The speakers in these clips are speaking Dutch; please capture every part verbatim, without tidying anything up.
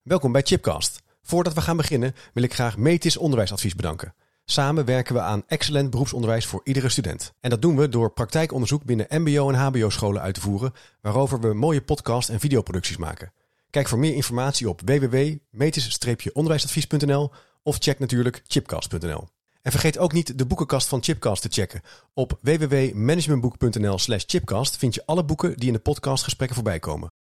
Welkom bij Chipcast. Voordat we gaan beginnen wil ik graag Metis Onderwijsadvies bedanken. Samen werken we aan excellent beroepsonderwijs voor iedere student. En dat doen we door praktijkonderzoek binnen mbo- en hbo-scholen uit te voeren, waarover we mooie podcast- en videoproducties maken. Kijk voor meer informatie op w w w punt metis onderwijsadvies punt n l of check natuurlijk chipcast punt n l. En vergeet ook niet de boekenkast van Chipcast te checken. Op w w w punt managementboek punt n l slash chipcast vind je alle boeken die in de podcastgesprekken voorbij komen.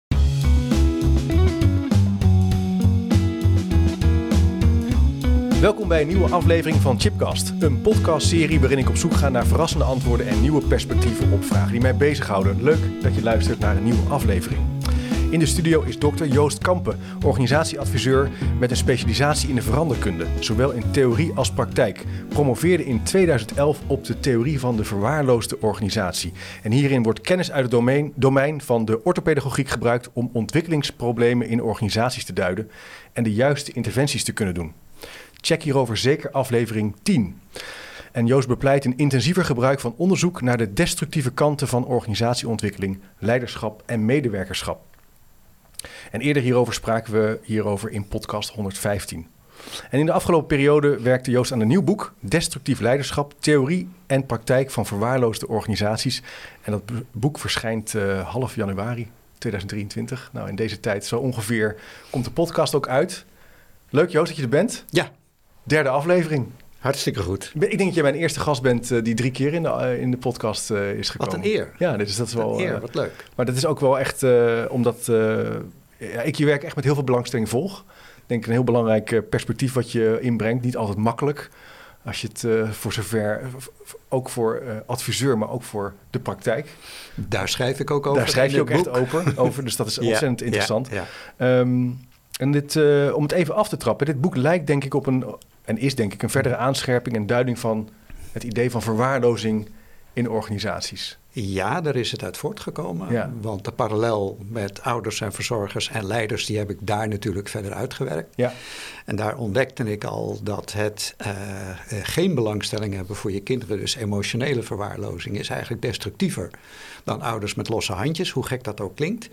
Welkom bij een nieuwe aflevering van Chipcast. Een podcastserie waarin ik op zoek ga naar verrassende antwoorden en nieuwe perspectieven op vragen die mij bezighouden. Leuk dat je luistert naar een nieuwe aflevering. In de studio is dokter Joost Kampen, organisatieadviseur met een specialisatie in de veranderkunde, zowel in theorie als praktijk. Promoveerde in tweeduizend elf op de theorie van de verwaarloosde organisatie. En hierin wordt kennis uit het domein, domein van de orthopedagogiek gebruikt om ontwikkelingsproblemen in organisaties te duiden en de juiste interventies te kunnen doen. Check hierover zeker aflevering tien. En Joost bepleit een intensiever gebruik van onderzoek naar de destructieve kanten van organisatieontwikkeling, leiderschap en medewerkerschap. En eerder hierover spraken we hierover in podcast honderdvijftien. En in de afgelopen periode werkte Joost aan een nieuw boek, Destructief Leiderschap, Theorie en Praktijk van Verwaarloosde Organisaties. En dat boek verschijnt uh, half januari tweeduizend drieëntwintig. Nou, in deze tijd zo ongeveer komt de podcast ook uit. Leuk Joost dat je er bent. Ja. Derde aflevering. Hartstikke goed. Ik denk dat jij mijn eerste gast bent uh, die drie keer in de, uh, in de podcast uh, is gekomen. Wat een eer. Ja, dus dat is wat wel een eer, uh, wat leuk. Maar dat is ook wel echt uh, omdat uh, ja, ik je werk echt met heel veel belangstelling volg. Ik denk een heel belangrijk uh, perspectief wat je inbrengt. Niet altijd makkelijk. Als je het uh, voor zover, uh, ook voor uh, adviseur, maar ook voor de praktijk. Daar schrijf ik ook over. Daar schrijf je ook boek. echt over, over. Dus dat is ontzettend ja, interessant. Ja, ja. Um, en dit, uh, om het even af te trappen. Dit boek lijkt denk ik op een, en is denk ik een verdere aanscherping en duiding van het idee van verwaarlozing in organisaties. Ja, daar is het uit voortgekomen. Ja. Want de parallel met ouders en verzorgers en leiders, die heb ik daar natuurlijk verder uitgewerkt. Ja. En daar ontdekte ik al dat het uh, geen belangstelling hebben voor je kinderen, dus emotionele verwaarlozing, is eigenlijk destructiever dan ouders met losse handjes, hoe gek dat ook klinkt.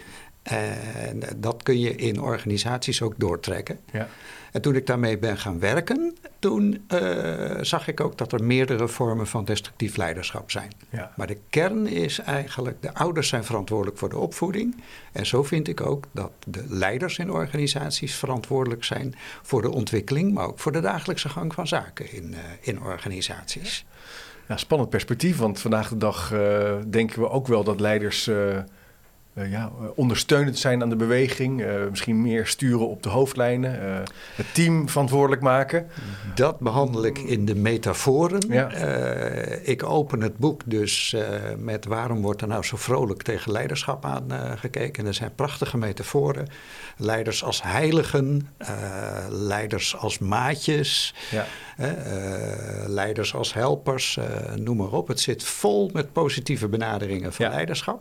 En dat kun je in organisaties ook doortrekken. Ja. En toen ik daarmee ben gaan werken, toen uh, zag ik ook dat er meerdere vormen van destructief leiderschap zijn. Ja. Maar de kern is eigenlijk, de ouders zijn verantwoordelijk voor de opvoeding. En zo vind ik ook dat de leiders in organisaties verantwoordelijk zijn voor de ontwikkeling, maar ook voor de dagelijkse gang van zaken in, uh, in organisaties. Ja, spannend perspectief, want vandaag de dag uh, denken we ook wel dat leiders Uh, Uh, ja, uh, ondersteunend zijn aan de beweging, uh, misschien meer sturen op de hoofdlijnen, uh, het team verantwoordelijk maken. Dat behandel ik in de metaforen. Ja. Uh, ik open het boek dus uh, met waarom wordt er nou zo vrolijk tegen leiderschap aangekeken. Uh, er zijn prachtige metaforen. Leiders als heiligen, uh, leiders als maatjes, ja. uh, leiders als helpers, uh, noem maar op. Het zit vol met positieve benaderingen van ja. leiderschap.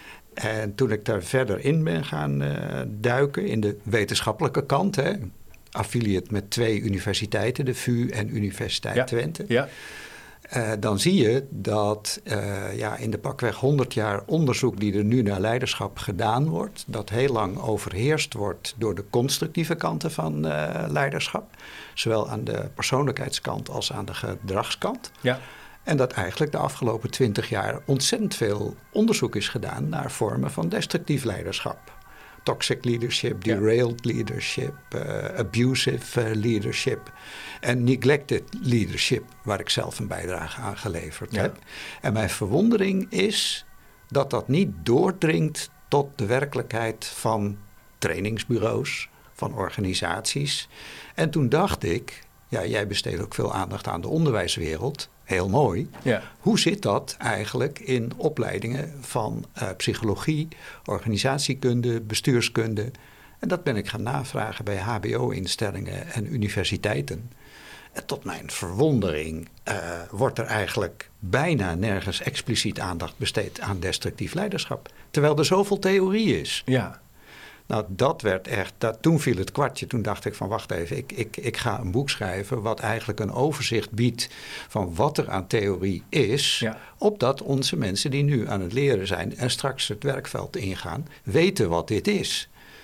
En toen ik daar verder in ben gaan uh, duiken, in de wetenschappelijke kant, hè, affiliate met twee universiteiten, de V U en Universiteit ja. Twente, Ja. Uh, dan zie je dat uh, ja, in de pakweg honderd jaar onderzoek die er nu naar leiderschap gedaan wordt, dat heel lang overheerst wordt door de constructieve kanten van uh, leiderschap, zowel aan de persoonlijkheidskant als aan de gedragskant. Ja. En dat eigenlijk de afgelopen twintig jaar ontzettend veel onderzoek is gedaan naar vormen van destructief leiderschap. Toxic leadership, derailed ja. leadership, uh, abusive uh, leadership en neglected leadership, waar ik zelf een bijdrage aan geleverd ja. heb. En mijn verwondering is dat dat niet doordringt tot de werkelijkheid van trainingsbureaus, van organisaties. En toen dacht ik, ja, jij besteedt ook veel aandacht aan de onderwijswereld. Heel mooi. Ja. Hoe zit dat eigenlijk in opleidingen van uh, psychologie, organisatiekunde, bestuurskunde? En dat ben ik gaan navragen bij H B O-instellingen en universiteiten. En tot mijn verwondering uh, wordt er eigenlijk bijna nergens expliciet aandacht besteed aan destructief leiderschap. Terwijl er zoveel theorie is. Ja. Nou, dat werd echt, dat, toen viel het kwartje. Toen dacht ik van wacht even, ik, ik, ik ga een boek schrijven wat eigenlijk een overzicht biedt van wat er aan theorie is. Ja. Opdat onze mensen die nu aan het leren zijn en straks het werkveld ingaan, weten wat dit is.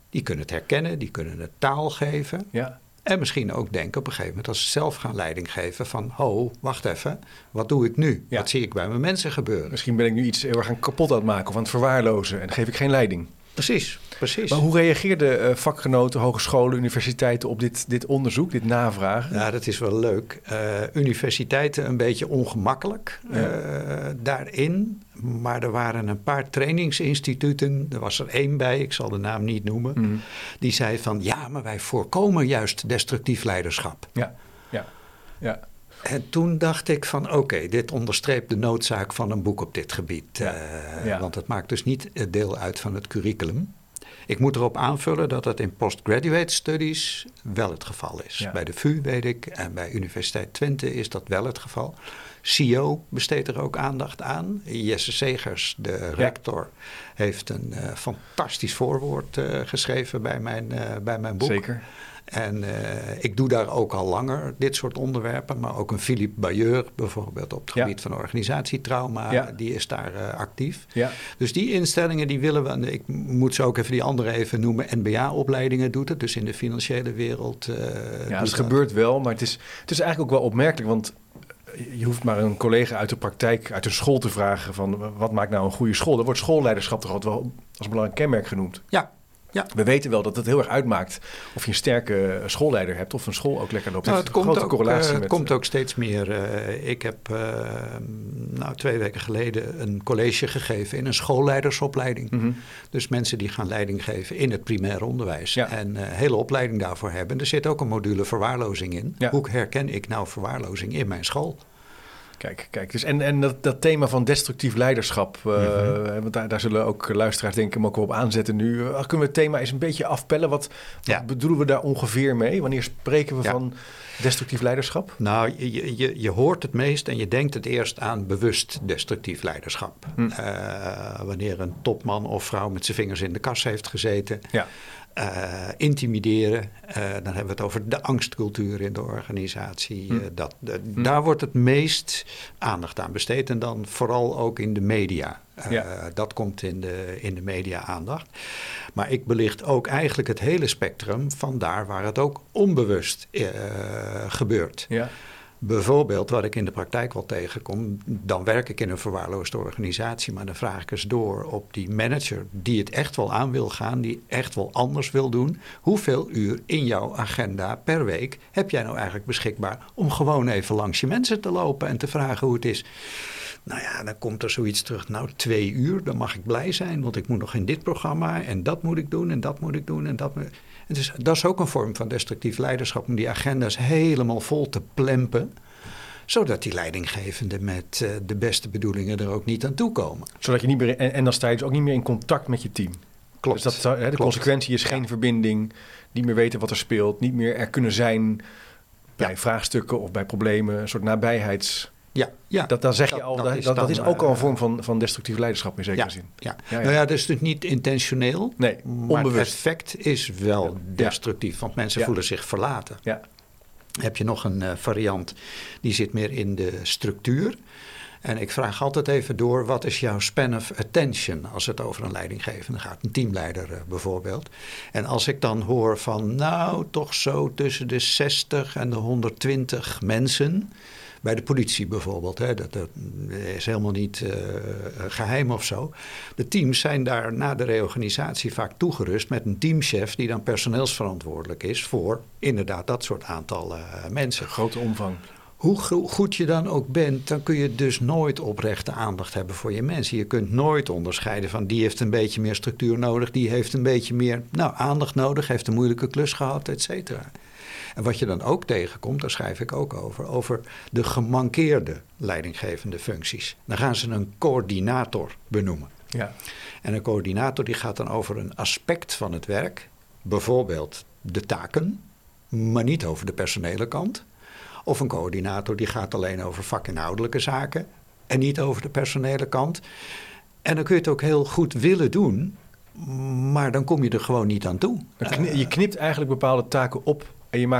Die kunnen het herkennen, die kunnen het taal geven. Ja. En misschien ook denken op een gegeven moment als ze zelf gaan leiding geven van... ho, wacht even, wat doe ik nu? Ja. Wat zie ik bij mijn mensen gebeuren? Misschien ben ik nu iets heel erg aan kapot aan het maken of aan het verwaarlozen en dan geef ik geen leiding. Precies, precies. Maar hoe reageerden uh, vakgenoten, hogescholen, universiteiten op dit, dit onderzoek, dit navragen? Ja, dat is wel leuk. Uh, universiteiten een beetje ongemakkelijk uh, ja. daarin. Maar er waren een paar trainingsinstituten, er was er één bij, ik zal de naam niet noemen. Mm. Die zei van, ja, maar wij voorkomen juist destructief leiderschap. Ja, ja, ja. En toen dacht ik van oké, okay, dit onderstreept de noodzaak van een boek op dit gebied. Ja, uh, ja. Want het maakt dus niet deel uit van het curriculum. Ik moet erop aanvullen dat dat in postgraduate studies wel het geval is. Ja. Bij de V U weet ik en bij Universiteit Twente is dat wel het geval. C I O besteedt er ook aandacht aan. Jesse Segers, de rector, ja. heeft een uh, fantastisch voorwoord uh, geschreven bij mijn, uh, bij mijn boek. Zeker. En uh, ik doe daar ook al langer dit soort onderwerpen. Maar ook een Philippe Bayeur bijvoorbeeld op het ja. gebied van organisatietrauma. Ja. Die is daar uh, actief. Ja. Dus die instellingen die willen we... Ik moet ze ook even die andere even noemen. N B A-opleidingen doet het. Dus in de financiële wereld. Uh, ja, het gebeurt wel. Maar het is, het is eigenlijk ook wel opmerkelijk. Want je hoeft maar een collega uit de praktijk, uit een school te vragen van wat maakt nou een goede school? Dan wordt schoolleiderschap toch altijd wel als belangrijk kenmerk genoemd. Ja. Ja. We weten wel dat het heel erg uitmaakt of je een sterke schoolleider hebt of een school ook lekker loopt. Nou, het het komt, grote ook, correlatie uh, het met, komt ook steeds meer. Uh, ik heb uh, nou, twee weken geleden een college gegeven in een schoolleidersopleiding. Mm-hmm. Dus mensen die gaan leiding geven in het primair onderwijs. Ja. En een uh, hele opleiding daarvoor hebben. Er zit ook een module verwaarlozing in. Ja. Hoe herken ik nou verwaarlozing in mijn school? Kijk, kijk. Dus en, en dat, dat thema van destructief leiderschap, uh, mm-hmm. want daar, daar zullen ook luisteraars denk ik ook op aanzetten nu. Uh, kunnen we het thema eens een beetje afpellen? Wat, ja. wat bedoelen we daar ongeveer mee? Wanneer spreken we ja. van destructief leiderschap? Nou, je, je, je hoort het meest en je denkt het eerst aan bewust destructief leiderschap. Hm. Uh, wanneer een topman of vrouw met zijn vingers in de kas heeft gezeten. Ja. Uh, intimideren, uh, dan hebben we het over de angstcultuur in de organisatie. Hm. Uh, dat, uh, hm. Daar wordt het meest aandacht aan besteed en dan vooral ook in de media. Uh, ja. Dat komt in de, in de media aandacht. Maar ik belicht ook eigenlijk het hele spectrum van daar waar het ook onbewust uh, gebeurt. Ja. Bijvoorbeeld, wat ik in de praktijk wel tegenkom, dan werk ik in een verwaarloosde organisatie, maar dan vraag ik eens door op die manager die het echt wel aan wil gaan, die echt wel anders wil doen. Hoeveel uur in jouw agenda per week heb jij nou eigenlijk beschikbaar om gewoon even langs je mensen te lopen en te vragen hoe het is? Nou ja, dan komt er zoiets terug. Nou, twee uur, dan mag ik blij zijn, want ik moet nog in dit programma en dat moet ik doen en dat moet ik doen en dat moet... En dus, dat is ook een vorm van destructief leiderschap om die agenda's helemaal vol te plempen, zodat die leidinggevenden met uh, de beste bedoelingen er ook niet aan toe komen. Zodat je niet meer, en, en dan sta je dus ook niet meer in contact met je team. Klopt. Dus dat, hè, de Klopt. consequentie is geen ja. verbinding, niet meer weten wat er speelt, niet meer er kunnen zijn bij ja. vraagstukken of bij problemen, een soort nabijheids... Ja, ja. Dat, dan zeg je al, dat, dat, is, dat, dan, dat is ook al een vorm van, van destructief leiderschap in zekere ja, zin. Ja. Ja, ja. Nou ja, dat is dus niet intentioneel, nee, maar het effect is wel ja. destructief, want mensen ja. voelen zich verlaten. Ja. Heb je nog een uh, variant, die zit meer in de structuur. En ik vraag altijd even door, wat is jouw span of attention als het over een leidinggevende gaat? Een teamleider uh, bijvoorbeeld. En als ik dan hoor van, nou, toch zo tussen de zestig en de honderdtwintig mensen... Bij de politie bijvoorbeeld, hè, dat, dat is helemaal niet uh, geheim of zo. De teams zijn daar na de reorganisatie vaak toegerust met een teamchef die dan personeelsverantwoordelijk is voor inderdaad dat soort aantal uh, mensen. Grote omvang. Hoe goed je dan ook bent, dan kun je dus nooit oprechte aandacht hebben voor je mensen. Je kunt nooit onderscheiden van die heeft een beetje meer structuur nodig, die heeft een beetje meer nou, aandacht nodig, heeft een moeilijke klus gehad, et cetera. En wat je dan ook tegenkomt, daar schrijf ik ook over, over de gemankeerde leidinggevende functies. Dan gaan ze een coördinator benoemen. Ja. En een coördinator die gaat dan over een aspect van het werk, bijvoorbeeld de taken, maar niet over de personele kant. Of een coördinator die gaat alleen over vakinhoudelijke zaken en niet over de personele kant. En dan kun je het ook heel goed willen doen, maar dan kom je er gewoon niet aan toe. Je knipt eigenlijk bepaalde taken op en je maakt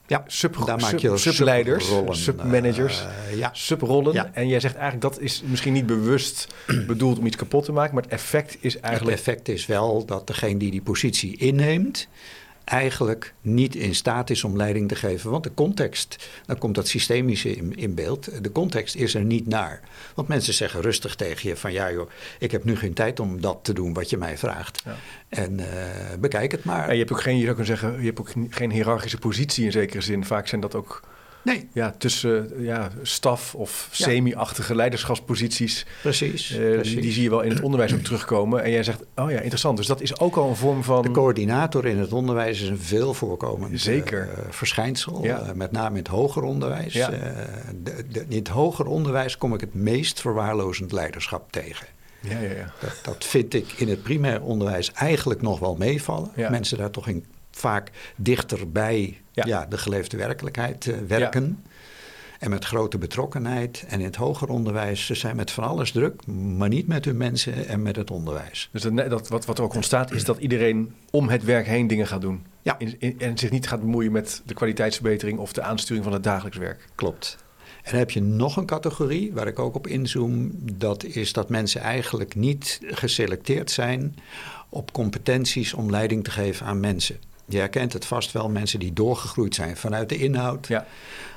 Ja, sub, daar maak sub, je subleiders, subrollen, submanagers, uh, ja. subrollen. Ja. En jij zegt eigenlijk dat is misschien niet bewust bedoeld om iets kapot te maken, maar het effect is eigenlijk... Het effect is wel dat degene die die positie inneemt eigenlijk niet in staat is om leiding te geven. Want de context, dan komt dat systemische in, in beeld, de context is er niet naar. Want mensen zeggen rustig tegen je van ja joh, ik heb nu geen tijd om dat te doen wat je mij vraagt. Ja. En uh, bekijk het maar. En je hebt ook geen, je zou kunnen zeggen, je hebt ook geen hiërarchische positie in zekere zin. Vaak zijn dat ook... Nee. Ja, tussen ja, staf of ja. semi-achtige leiderschapsposities. Precies, uh, precies. Die, die zie je wel in het onderwijs ook terugkomen. En jij zegt, oh ja, interessant. Dus dat is ook al een vorm van... De coördinator in het onderwijs is een veel voorkomend Zeker. Uh, verschijnsel. Ja. Uh, met name in het hoger onderwijs. Ja. Uh, de, de, in het hoger onderwijs kom ik het meest verwaarlozend leiderschap tegen. Ja, ja, ja. Dat, dat vind ik in het primair onderwijs eigenlijk nog wel meevallen. Ja. Mensen daar toch in vaak dichter bij ja. Ja, de geleefde werkelijkheid uh, werken. Ja. En met grote betrokkenheid. En in het hoger onderwijs, ze zijn met van alles druk, maar niet met hun mensen en met het onderwijs. Dus dat, dat, wat, wat er ook ontstaat is dat iedereen om het werk heen dingen gaat doen. Ja. In, in, en zich niet gaat bemoeien met de kwaliteitsverbetering of de aansturing van het dagelijks werk. Klopt. En dan heb je nog een categorie waar ik ook op inzoom. Dat is dat mensen eigenlijk niet geselecteerd zijn op competenties om leiding te geven aan mensen. Je herkent het vast wel, mensen die doorgegroeid zijn vanuit de inhoud. Ja.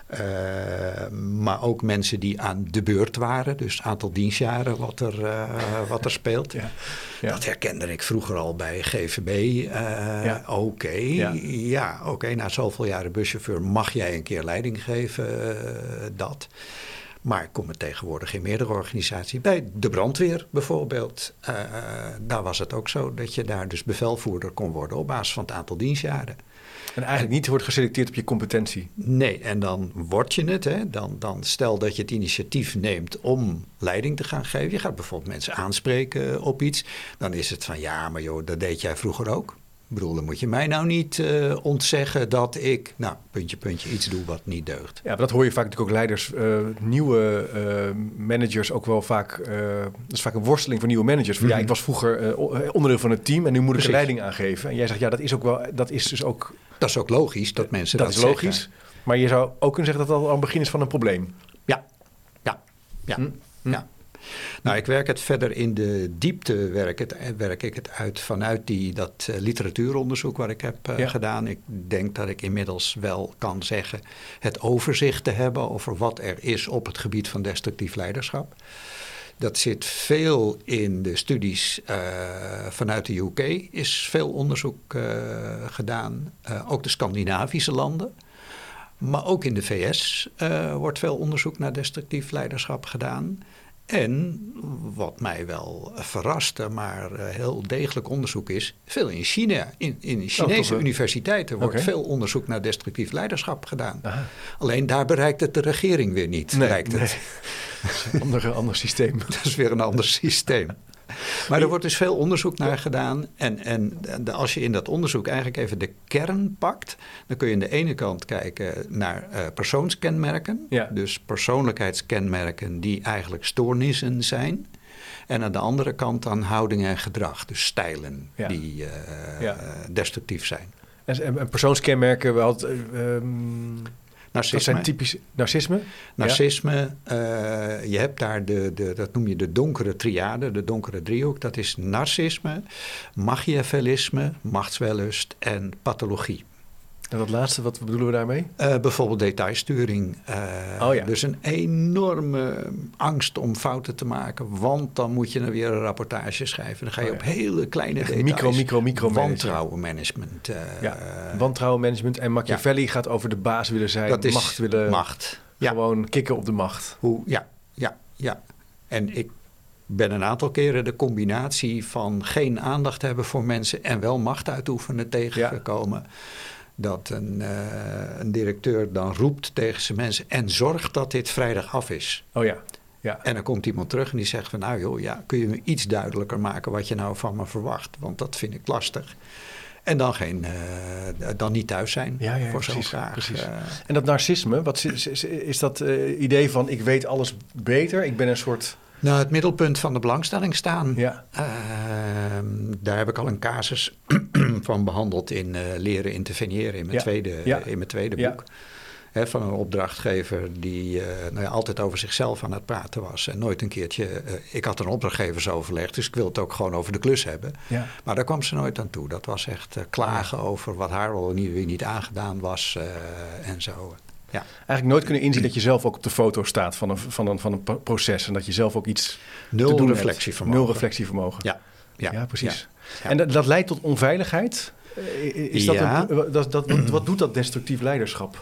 Uh, maar ook mensen die aan de beurt waren. Dus het aantal dienstjaren wat er, uh, wat er speelt. Ja. Ja. Dat herkende ik vroeger al bij G V B. Uh, ja. Oké, okay. ja. ja, oké. Okay. Na zoveel jaren buschauffeur mag jij een keer leiding geven. Uh, dat. Maar ik kom het tegenwoordig in meerdere organisaties. Bij de brandweer bijvoorbeeld. Uh, daar was het ook zo dat je daar dus bevelvoerder kon worden op basis van het aantal dienstjaren. En eigenlijk niet wordt geselecteerd op je competentie. Nee, en dan word je het. Hè? Dan, dan stel dat je het initiatief neemt om leiding te gaan geven. Je gaat bijvoorbeeld mensen aanspreken op iets. Dan is het van ja, maar joh, dat deed jij vroeger ook. Ik bedoel, dan moet je mij nou niet uh, ontzeggen dat ik, nou, puntje, puntje, iets doe wat niet deugt. Ja, maar dat hoor je vaak natuurlijk ook leiders, uh, nieuwe uh, managers ook wel vaak. Uh, dat is vaak een worsteling voor nieuwe managers. Van, mm-hmm. Ja, ik was vroeger uh, onderdeel van het team en nu moet Precies. ik er leiding aan geven. En jij zegt, ja, dat is ook wel, dat is dus ook... Dat is ook logisch dat mensen dat, dat zeggen. Dat is logisch, zeggen. Maar je zou ook kunnen zeggen dat dat al een begin is van een probleem. Ja, ja, ja, hm? ja. Nou, ik werk het verder in de diepte, werk, het, werk ik het uit vanuit die, dat uh, literatuuronderzoek wat ik heb uh, ja. gedaan. Ik denk dat ik inmiddels wel kan zeggen het overzicht te hebben over wat er is op het gebied van destructief leiderschap. Dat zit veel in de studies uh, vanuit de U K, is veel onderzoek uh, gedaan. Uh, ook de Scandinavische landen. Maar ook in de V S uh, wordt veel onderzoek naar destructief leiderschap gedaan. En wat mij wel verraste, maar uh, heel degelijk onderzoek is, veel in China. In, in Chinese oh, universiteiten wordt okay. veel onderzoek naar destructief leiderschap gedaan. Aha. Alleen daar bereikt het de regering weer niet, nee, lijkt het. Nee. Dat is een ander, ander systeem. Dat is weer een ander systeem. Maar er wordt dus veel onderzoek naar gedaan. En, en de, als je in dat onderzoek eigenlijk even de kern pakt, dan kun je aan de ene kant kijken naar uh, persoonskenmerken. Ja. Dus persoonlijkheidskenmerken die eigenlijk stoornissen zijn. En aan de andere kant dan houding en gedrag, dus stijlen ja. die uh, ja. uh, destructief zijn. En, en persoonskenmerken, we hadden... Uh, um... Narcisme. Dat zijn typisch narcisme? Narcisme, ja. uh, je hebt daar de, de, dat noem je de donkere triade, de donkere driehoek. Dat is narcisme, machiavellisme, machtswellust en pathologie. En dat laatste, wat bedoelen we daarmee? Uh, bijvoorbeeld detailsturing. Uh, oh ja. Dus een enorme angst om fouten te maken. Want dan moet je dan weer een rapportage schrijven. Dan ga je oh ja. op hele kleine details. Micro, micro, micro wantrouwenmanagement. Uh, ja, wantrouwenmanagement. En Machiavelli ja. gaat over de baas willen zijn. Dat is macht willen. Macht. Ja. Gewoon kicken op de macht. Hoe, ja, ja, ja. En ik ben een aantal keren de combinatie van geen aandacht hebben voor mensen en wel macht uitoefenen tegengekomen. Ja. Dat een, uh, een directeur dan roept tegen zijn mensen en zorgt dat dit vrijdag af is. Oh ja. Ja. En dan komt iemand terug en die zegt van nou joh, ja, kun je me iets duidelijker maken wat je nou van me verwacht? Want dat vind ik lastig. En dan, geen, uh, dan niet thuis zijn ja, ja, voor precies, zo'n vraag. Precies. Uh, en dat narcisme, wat is, is, is dat uh, idee van ik weet alles beter? Ik ben een soort... Nou, het middelpunt van de belangstelling staan. Ja. Uh, daar heb ik al een casus van behandeld in uh, leren interveneren in mijn, ja. tweede, Ja. in mijn tweede ja. boek. He, van een opdrachtgever die uh, nou ja, altijd over zichzelf aan het praten was. En nooit een keertje... Uh, ik had een opdrachtgeversoverleg, dus ik wil het ook gewoon over de klus hebben. Ja. Maar daar kwam ze nooit aan toe. Dat was echt uh, klagen ja. over wat haar wel niet, niet aangedaan was uh, en zo. Ja. Eigenlijk nooit kunnen inzien dat je zelf ook op de foto staat van een, van een, van een proces. En dat je zelf ook iets Nul te doen reflectievermogen. Nul reflectievermogen. Ja, ja. ja precies. Ja. Ja. En dat, dat leidt tot onveiligheid. Is dat ja. een, dat, dat, wat, wat doet dat destructief leiderschap?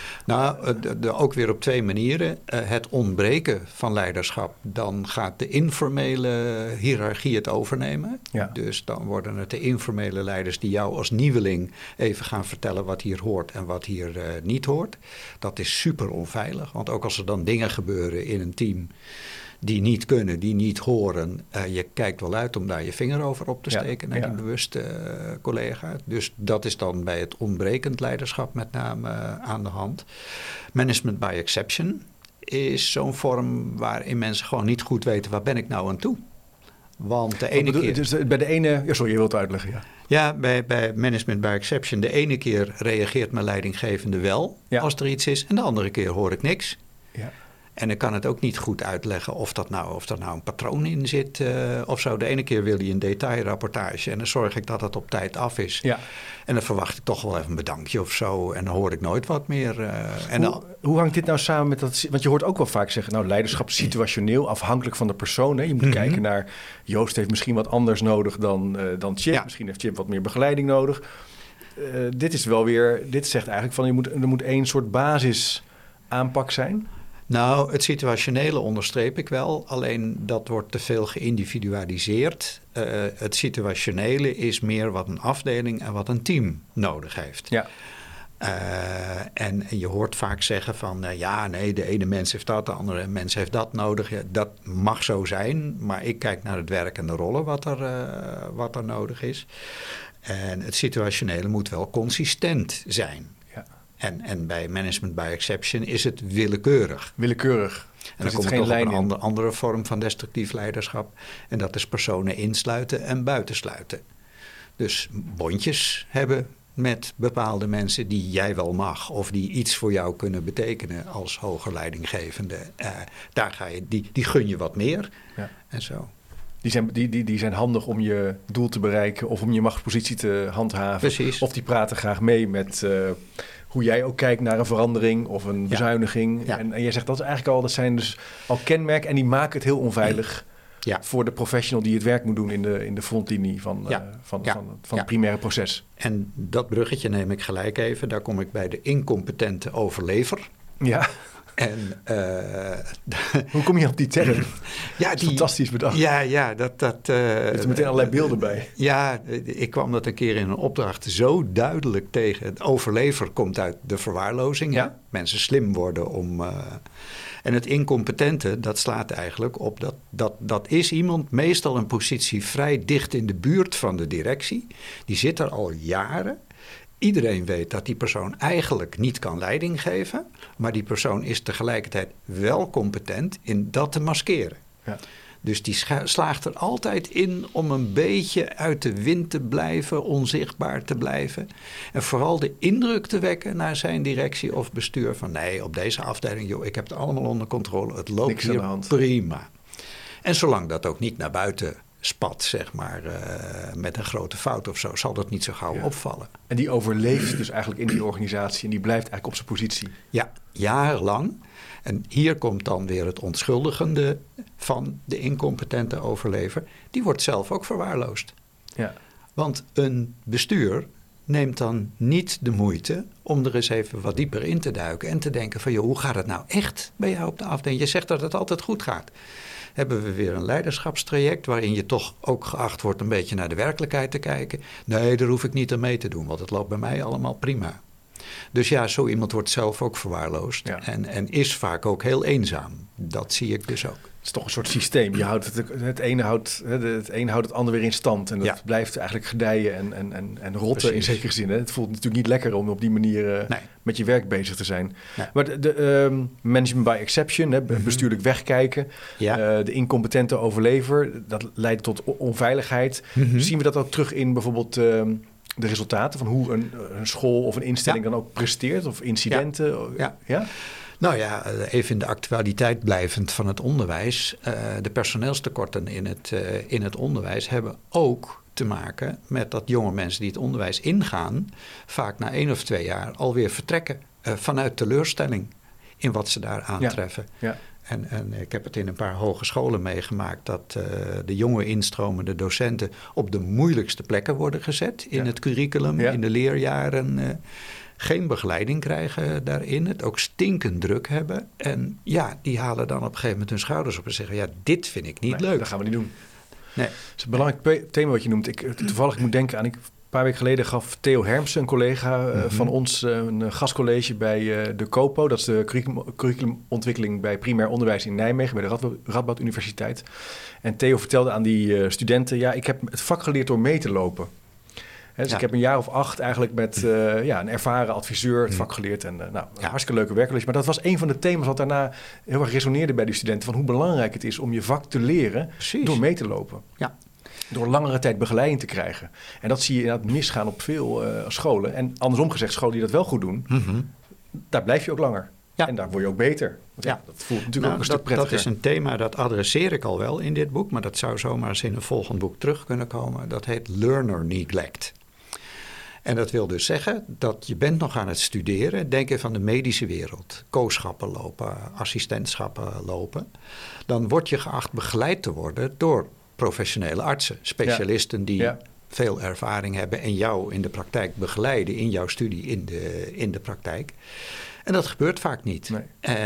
Nou, de, de, ook weer op twee manieren. Uh, het ontbreken van leiderschap, dan gaat de informele hiërarchie het overnemen. Ja. Dus dan worden het de informele leiders die jou als nieuweling even gaan vertellen wat hier hoort en wat hier uh, niet hoort. Dat is super onveilig, want ook als er dan dingen gebeuren in een team die niet kunnen, die niet horen. Uh, je kijkt wel uit om daar je vinger over op te steken ja, naar ja. die bewuste uh, collega. Dus dat is dan bij het ontbrekend leiderschap met name uh, aan de hand. Management by exception is zo'n vorm waarin mensen gewoon niet goed weten, waar ben ik nou aan toe? Want de ene bedoel, keer... Dus bij de ene... Ja, sorry, je wilt het uitleggen, ja. Ja, bij, bij management by exception. De ene keer reageert mijn leidinggevende wel ja. als er iets is. En de andere keer hoor ik niks. Ja. En ik kan het ook niet goed uitleggen of, dat nou, of er nou een patroon in zit uh, of zo. De ene keer wil hij een detailrapportage en dan zorg ik dat het op tijd af is. Ja. En dan verwacht ik toch wel even een bedankje of zo en dan hoor ik nooit wat meer. Uh, en hoe, dan, hoe hangt dit nou samen met dat... Want je hoort ook wel vaak zeggen, nou leiderschap situationeel, afhankelijk van de persoon. Hè? Je moet mm-hmm. kijken naar, Joost heeft misschien wat anders nodig dan, uh, dan Chip. Ja. Misschien heeft Chip wat meer begeleiding nodig. Uh, dit is wel weer, dit zegt eigenlijk van, je moet, er moet één soort basis aanpak zijn. Nou, het situationele onderstreep ik wel. Alleen dat wordt te veel geïndividualiseerd. Uh, het situationele is meer wat een afdeling en wat een team nodig heeft. Ja. Uh, en, en je hoort vaak zeggen van... Uh, ja, nee, de ene mens heeft dat, de andere mens heeft dat nodig. Ja, dat mag zo zijn, maar ik kijk naar het werk en de rollen wat er, uh, wat er nodig is. En het situationele moet wel consistent zijn. En, en bij management by exception is het willekeurig. Willekeurig. En dan komt er nog een andere, andere vorm van destructief leiderschap. En dat is personen insluiten en buitensluiten. Dus bondjes hebben met bepaalde mensen die jij wel mag. Of die iets voor jou kunnen betekenen als hoger leidinggevende. Uh, daar ga je, die, die gun je wat meer. Ja. En zo. Die zijn, die, die, die zijn handig om je doel te bereiken of om je machtspositie te handhaven. Precies. Of die praten graag mee met... Uh, hoe jij ook kijkt naar een verandering of een bezuiniging. Ja. Ja. En, en jij zegt dat is eigenlijk al, dat zijn dus al kenmerken en die maken het heel onveilig ja. voor de professional die het werk moet doen in de, in de frontlinie van, ja. uh, van, ja. van, van, van ja. het primaire proces. En dat bruggetje neem ik gelijk even. Daar kom ik bij de incompetente overlever. Ja. En, uh, hoe kom je op die term? Ja, die, fantastisch bedacht. Ja, ja, dat... dat uh, je hebt er meteen allerlei beelden bij. Ja, ik kwam dat een keer in een opdracht zo duidelijk tegen. Het overlever komt uit de verwaarlozing. Ja. Mensen slim worden om... Uh, en het incompetente, dat slaat eigenlijk op dat, dat... Dat is iemand, meestal een positie vrij dicht in de buurt van de directie. Die zit er al jaren... Iedereen weet dat die persoon eigenlijk niet kan leiding geven... maar die persoon is tegelijkertijd wel competent in dat te maskeren. Ja. Dus die scha- slaagt er altijd in om een beetje uit de wind te blijven... onzichtbaar te blijven. En vooral de indruk te wekken naar zijn directie of bestuur... van nee, op deze afdeling, joh, ik heb het allemaal onder controle. Het loopt Niks hier prima. En zolang dat ook niet naar buiten... spat, zeg maar, uh, met een grote fout of zo, zal dat niet zo gauw ja. opvallen. En die overleeft dus eigenlijk in die organisatie en die blijft eigenlijk op zijn positie. Ja, jarenlang. En hier komt dan weer het onschuldigende van de incompetente overlever. Die wordt zelf ook verwaarloosd. Ja. Want een bestuur neemt dan niet de moeite om er eens even wat dieper in te duiken en te denken van, joh, hoe gaat het nou echt bij jou op de afdeling? Je zegt dat het altijd goed gaat. Hebben we weer een leiderschapstraject waarin je toch ook geacht wordt een beetje naar de werkelijkheid te kijken. Nee, daar hoef ik niet aan mee te doen, want het loopt bij mij allemaal prima. Dus ja, zo iemand wordt zelf ook verwaarloosd. Ja. En, en is vaak ook heel eenzaam. Dat zie ik dus ook. Het is toch een soort systeem. Je houdt het, het, ene houdt, het ene houdt het andere weer in stand. En dat ja. blijft eigenlijk gedijen en, en, en, en rotten Precies. in zekere zin. Hè? Het voelt natuurlijk niet lekker om op die manier uh, nee. met je werk bezig te zijn. Nee. Maar de, de um, management by exception, hè, mm-hmm. bestuurlijk wegkijken. Ja. Uh, de incompetente overlever, dat leidt tot onveiligheid. Mm-hmm. Zien we dat ook terug in bijvoorbeeld... Uh, de resultaten van hoe een, een school of een instelling ja. dan ook presteert? Of incidenten? Ja. ja. ja? Nou ja, even in de actualiteit blijvend van het onderwijs. Uh, de personeelstekorten in het, uh, in het onderwijs hebben ook te maken met dat jonge mensen die het onderwijs ingaan, vaak na één of twee jaar alweer vertrekken uh, vanuit teleurstelling in wat ze daar aantreffen. Ja. Ja. En, en ik heb het in een paar hogescholen meegemaakt dat uh, de jonge instromende docenten op de moeilijkste plekken worden gezet in ja. het curriculum, ja. in de leerjaren. Uh, geen begeleiding krijgen daarin, het ook stinkend druk hebben. En ja, die halen dan op een gegeven moment hun schouders op en zeggen, ja, dit vind ik niet nee, leuk. Dat gaan we niet doen. Nee. Het is een belangrijk thema wat je noemt. Ik, toevallig moet denken aan, ik, een paar weken geleden gaf Theo Hermsen, een collega uh, mm-hmm. van ons, uh, een gastcollege bij uh, de COPO. Dat is de curriculum, curriculumontwikkeling bij primair onderwijs in Nijmegen, bij de Radboud, Radboud Universiteit. En Theo vertelde aan die uh, studenten, ja, ik heb het vak geleerd door mee te lopen. He, dus ja. ik heb een jaar of acht eigenlijk met uh, ja, een ervaren adviseur het vak geleerd. En uh, nou, ja. hartstikke leuke werkcollege. Maar dat was een van de thema's wat daarna heel erg resoneerde bij die studenten. Van hoe belangrijk het is om je vak te leren Precies. door mee te lopen. Ja. Door langere tijd begeleiding te krijgen. En dat zie je inderdaad misgaan op veel uh, scholen. En andersom gezegd, scholen die dat wel goed doen, mm-hmm. daar blijf je ook langer. Ja. En daar word je ook beter. Want ja, ja, dat voelt natuurlijk nou, ook een dat, stuk prettiger. Dat is een thema, dat adresseer ik al wel in dit boek. Maar dat zou zomaar eens in een volgend boek terug kunnen komen. Dat heet learner neglect. En dat wil dus zeggen dat je bent nog aan het studeren. Denk even aan de medische wereld. Kooschappen lopen, assistentschappen lopen. Dan word je geacht begeleid te worden door professionele artsen. Specialisten ja. die ja. veel ervaring hebben en jou in de praktijk begeleiden in jouw studie in de, in de praktijk. En dat gebeurt vaak niet. Nee.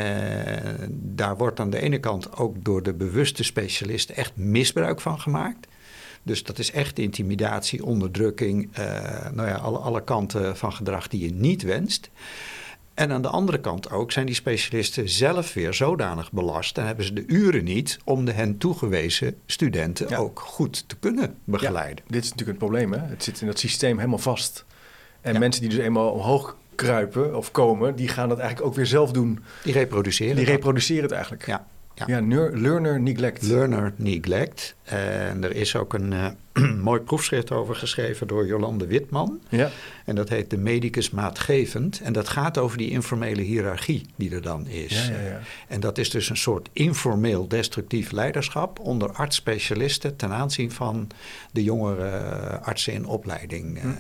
En daar wordt aan de ene kant ook door de bewuste specialisten echt misbruik van gemaakt. Dus dat is echt intimidatie, onderdrukking, uh, nou ja, alle, alle kanten van gedrag die je niet wenst. En aan de andere kant ook zijn die specialisten zelf weer zodanig belast en hebben ze de uren niet om de hen toegewezen studenten ja. ook goed te kunnen begeleiden. Ja, dit is natuurlijk een probleem, hè? Het zit in dat systeem helemaal vast. En ja. mensen die dus eenmaal omhoog kruipen of komen, die gaan dat eigenlijk ook weer zelf doen. Die reproduceren. Die reproduceren het eigenlijk. Ja. Ja, ja learner neglect. Learner neglect. En er is ook een uh, mooi proefschrift over geschreven door Jolande Witman. Ja. En dat heet De Medicus Maatgevend. En dat gaat over die informele hiërarchie die er dan is. Ja, ja, ja. En dat is dus een soort informeel destructief leiderschap onder artsspecialisten ten aanzien van de jongere uh, artsen in opleiding. Hm.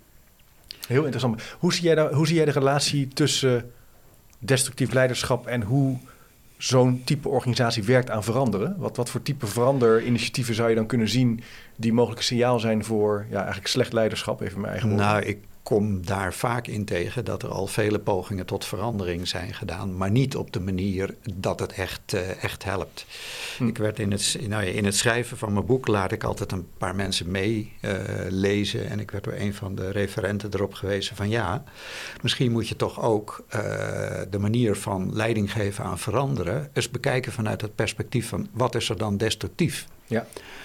Heel interessant. Hoe zie jij de, hoe zie jij de relatie tussen destructief leiderschap en hoe zo'n type organisatie werkt aan veranderen? Wat, wat voor type veranderinitiatieven zou je dan kunnen zien die mogelijk een signaal zijn voor ja, eigenlijk slecht leiderschap, even mijn eigen woorden? Nou, ik kom daar vaak in tegen dat er al vele pogingen tot verandering zijn gedaan, maar niet op de manier dat het echt, uh, echt helpt. Hm. Ik werd in het, nou ja, in het schrijven van mijn boek laat ik altijd een paar mensen meelezen uh, en ik werd door een van de referenten erop gewezen van ja, misschien moet je toch ook uh, de manier van leiding geven aan veranderen eens bekijken vanuit het perspectief van wat is er dan destructief? Ja.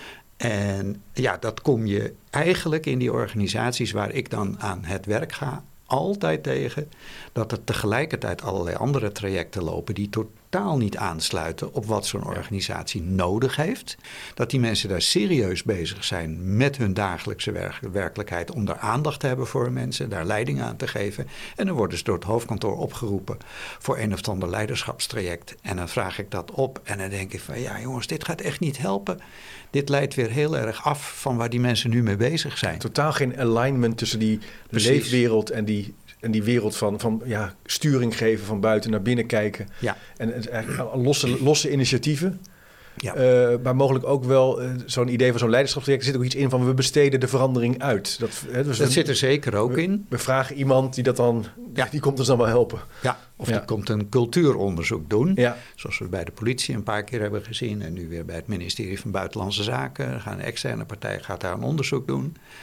En ja, dat kom je eigenlijk in die organisaties waar ik dan aan het werk ga altijd tegen, dat er tegelijkertijd allerlei andere trajecten lopen die totaal niet aansluiten op wat zo'n organisatie nodig heeft. Dat die mensen daar serieus bezig zijn met hun dagelijkse werk- werkelijkheid om daar aandacht te hebben voor mensen, daar leiding aan te geven. En dan worden ze door het hoofdkantoor opgeroepen voor een of ander leiderschapstraject. En dan vraag ik dat op en dan denk ik van ja jongens, dit gaat echt niet helpen. Dit leidt weer heel erg af van waar die mensen nu mee bezig zijn. Totaal geen alignment tussen die Precies. leefwereld en die, en die wereld van, van ja, sturing geven van buiten naar binnen kijken. Ja. En, en eigenlijk losse, losse initiatieven. Ja. Uh, maar mogelijk ook wel uh, zo'n idee van zo'n leiderschapstraject. Er zit ook iets in van we besteden de verandering uit. Dat, hè, dus dat we, zit er zeker ook we, in. We vragen iemand die dat dan, ja. die komt ons dan wel helpen. Ja, of ja. die komt een cultuuronderzoek doen. Ja. Zoals we bij de politie een paar keer hebben gezien. En nu weer bij het ministerie van Buitenlandse Zaken. Gaan een externe partij gaat daar een onderzoek doen.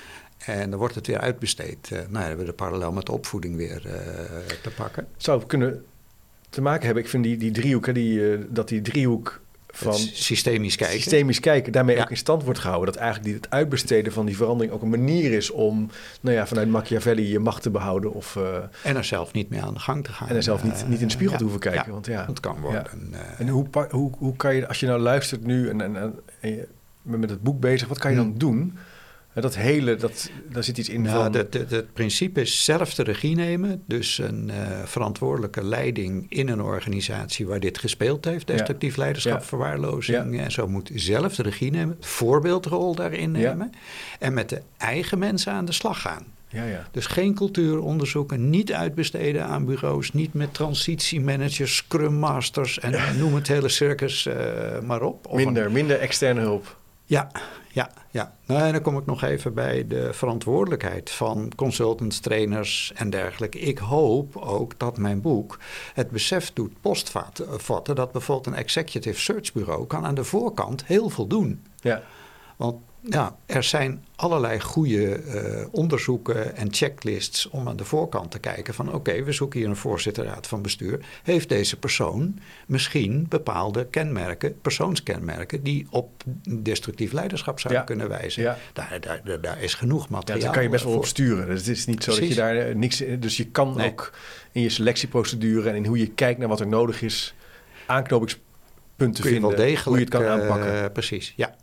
En dan wordt het weer uitbesteed. Uh, nou, dan hebben we de parallel met de opvoeding weer uh, te pakken. Zou het kunnen te maken hebben, ik vind die, die driehoek, hè, die, uh, dat die driehoek van systemisch kijken. Systemisch kijken, daarmee ja. ook in stand wordt gehouden. Dat eigenlijk die, het uitbesteden van die verandering ook een manier is om, nou ja, vanuit Machiavelli je macht te behouden. Of, uh, en er zelf niet meer aan de gang te gaan. En er zelf niet, niet in de spiegel uh, te hoeven kijken. Ja, want ja, het kan worden. Ja. Uh, en hoe, hoe, hoe kan je, als je nou luistert nu en, en, en je bent met het boek bezig, wat kan je dan hmm. doen? Dat hele, dat, daar zit iets in nou, van... Het, het, het principe is zelf de regie nemen. Dus een uh, verantwoordelijke leiding in een organisatie waar dit gespeeld heeft. Destructief ja. leiderschap, ja. verwaarlozing. Ja. En zo moet zelf de regie nemen. Voorbeeldrol daarin nemen. Ja. En met de eigen mensen aan de slag gaan. Ja, ja. Dus geen cultuuronderzoeken, niet uitbesteden aan bureaus, niet met transitiemanagers, scrum masters en ja. noem het hele circus uh, maar op. Of minder, een... minder externe hulp. Ja, ja, ja. Nou, en dan kom ik nog even bij de verantwoordelijkheid van consultants, trainers en dergelijke. Ik hoop ook dat mijn boek het besef doet postvatten dat bijvoorbeeld een executive search bureau kan aan de voorkant heel veel doen. Ja. Want ja, er zijn allerlei goede uh, onderzoeken en checklists om aan de voorkant te kijken van oké, okay, we zoeken hier een voorzitterraad van bestuur. Heeft deze persoon misschien bepaalde kenmerken, persoonskenmerken die op destructief leiderschap zouden ja. kunnen wijzen? Ja. Daar, daar, daar is genoeg materiaal. Ja, daar kan je best wel op sturen. Dus het is niet zo Precies. dat je daar niks... Dus je kan nee. ook in je selectieprocedure en in hoe je kijkt naar wat er nodig is, aanknopingspunten Kun je vinden, wel degelijk, hoe je het kan aanpakken. Uh, precies, ja.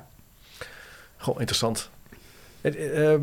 Goh, interessant. Het, uh,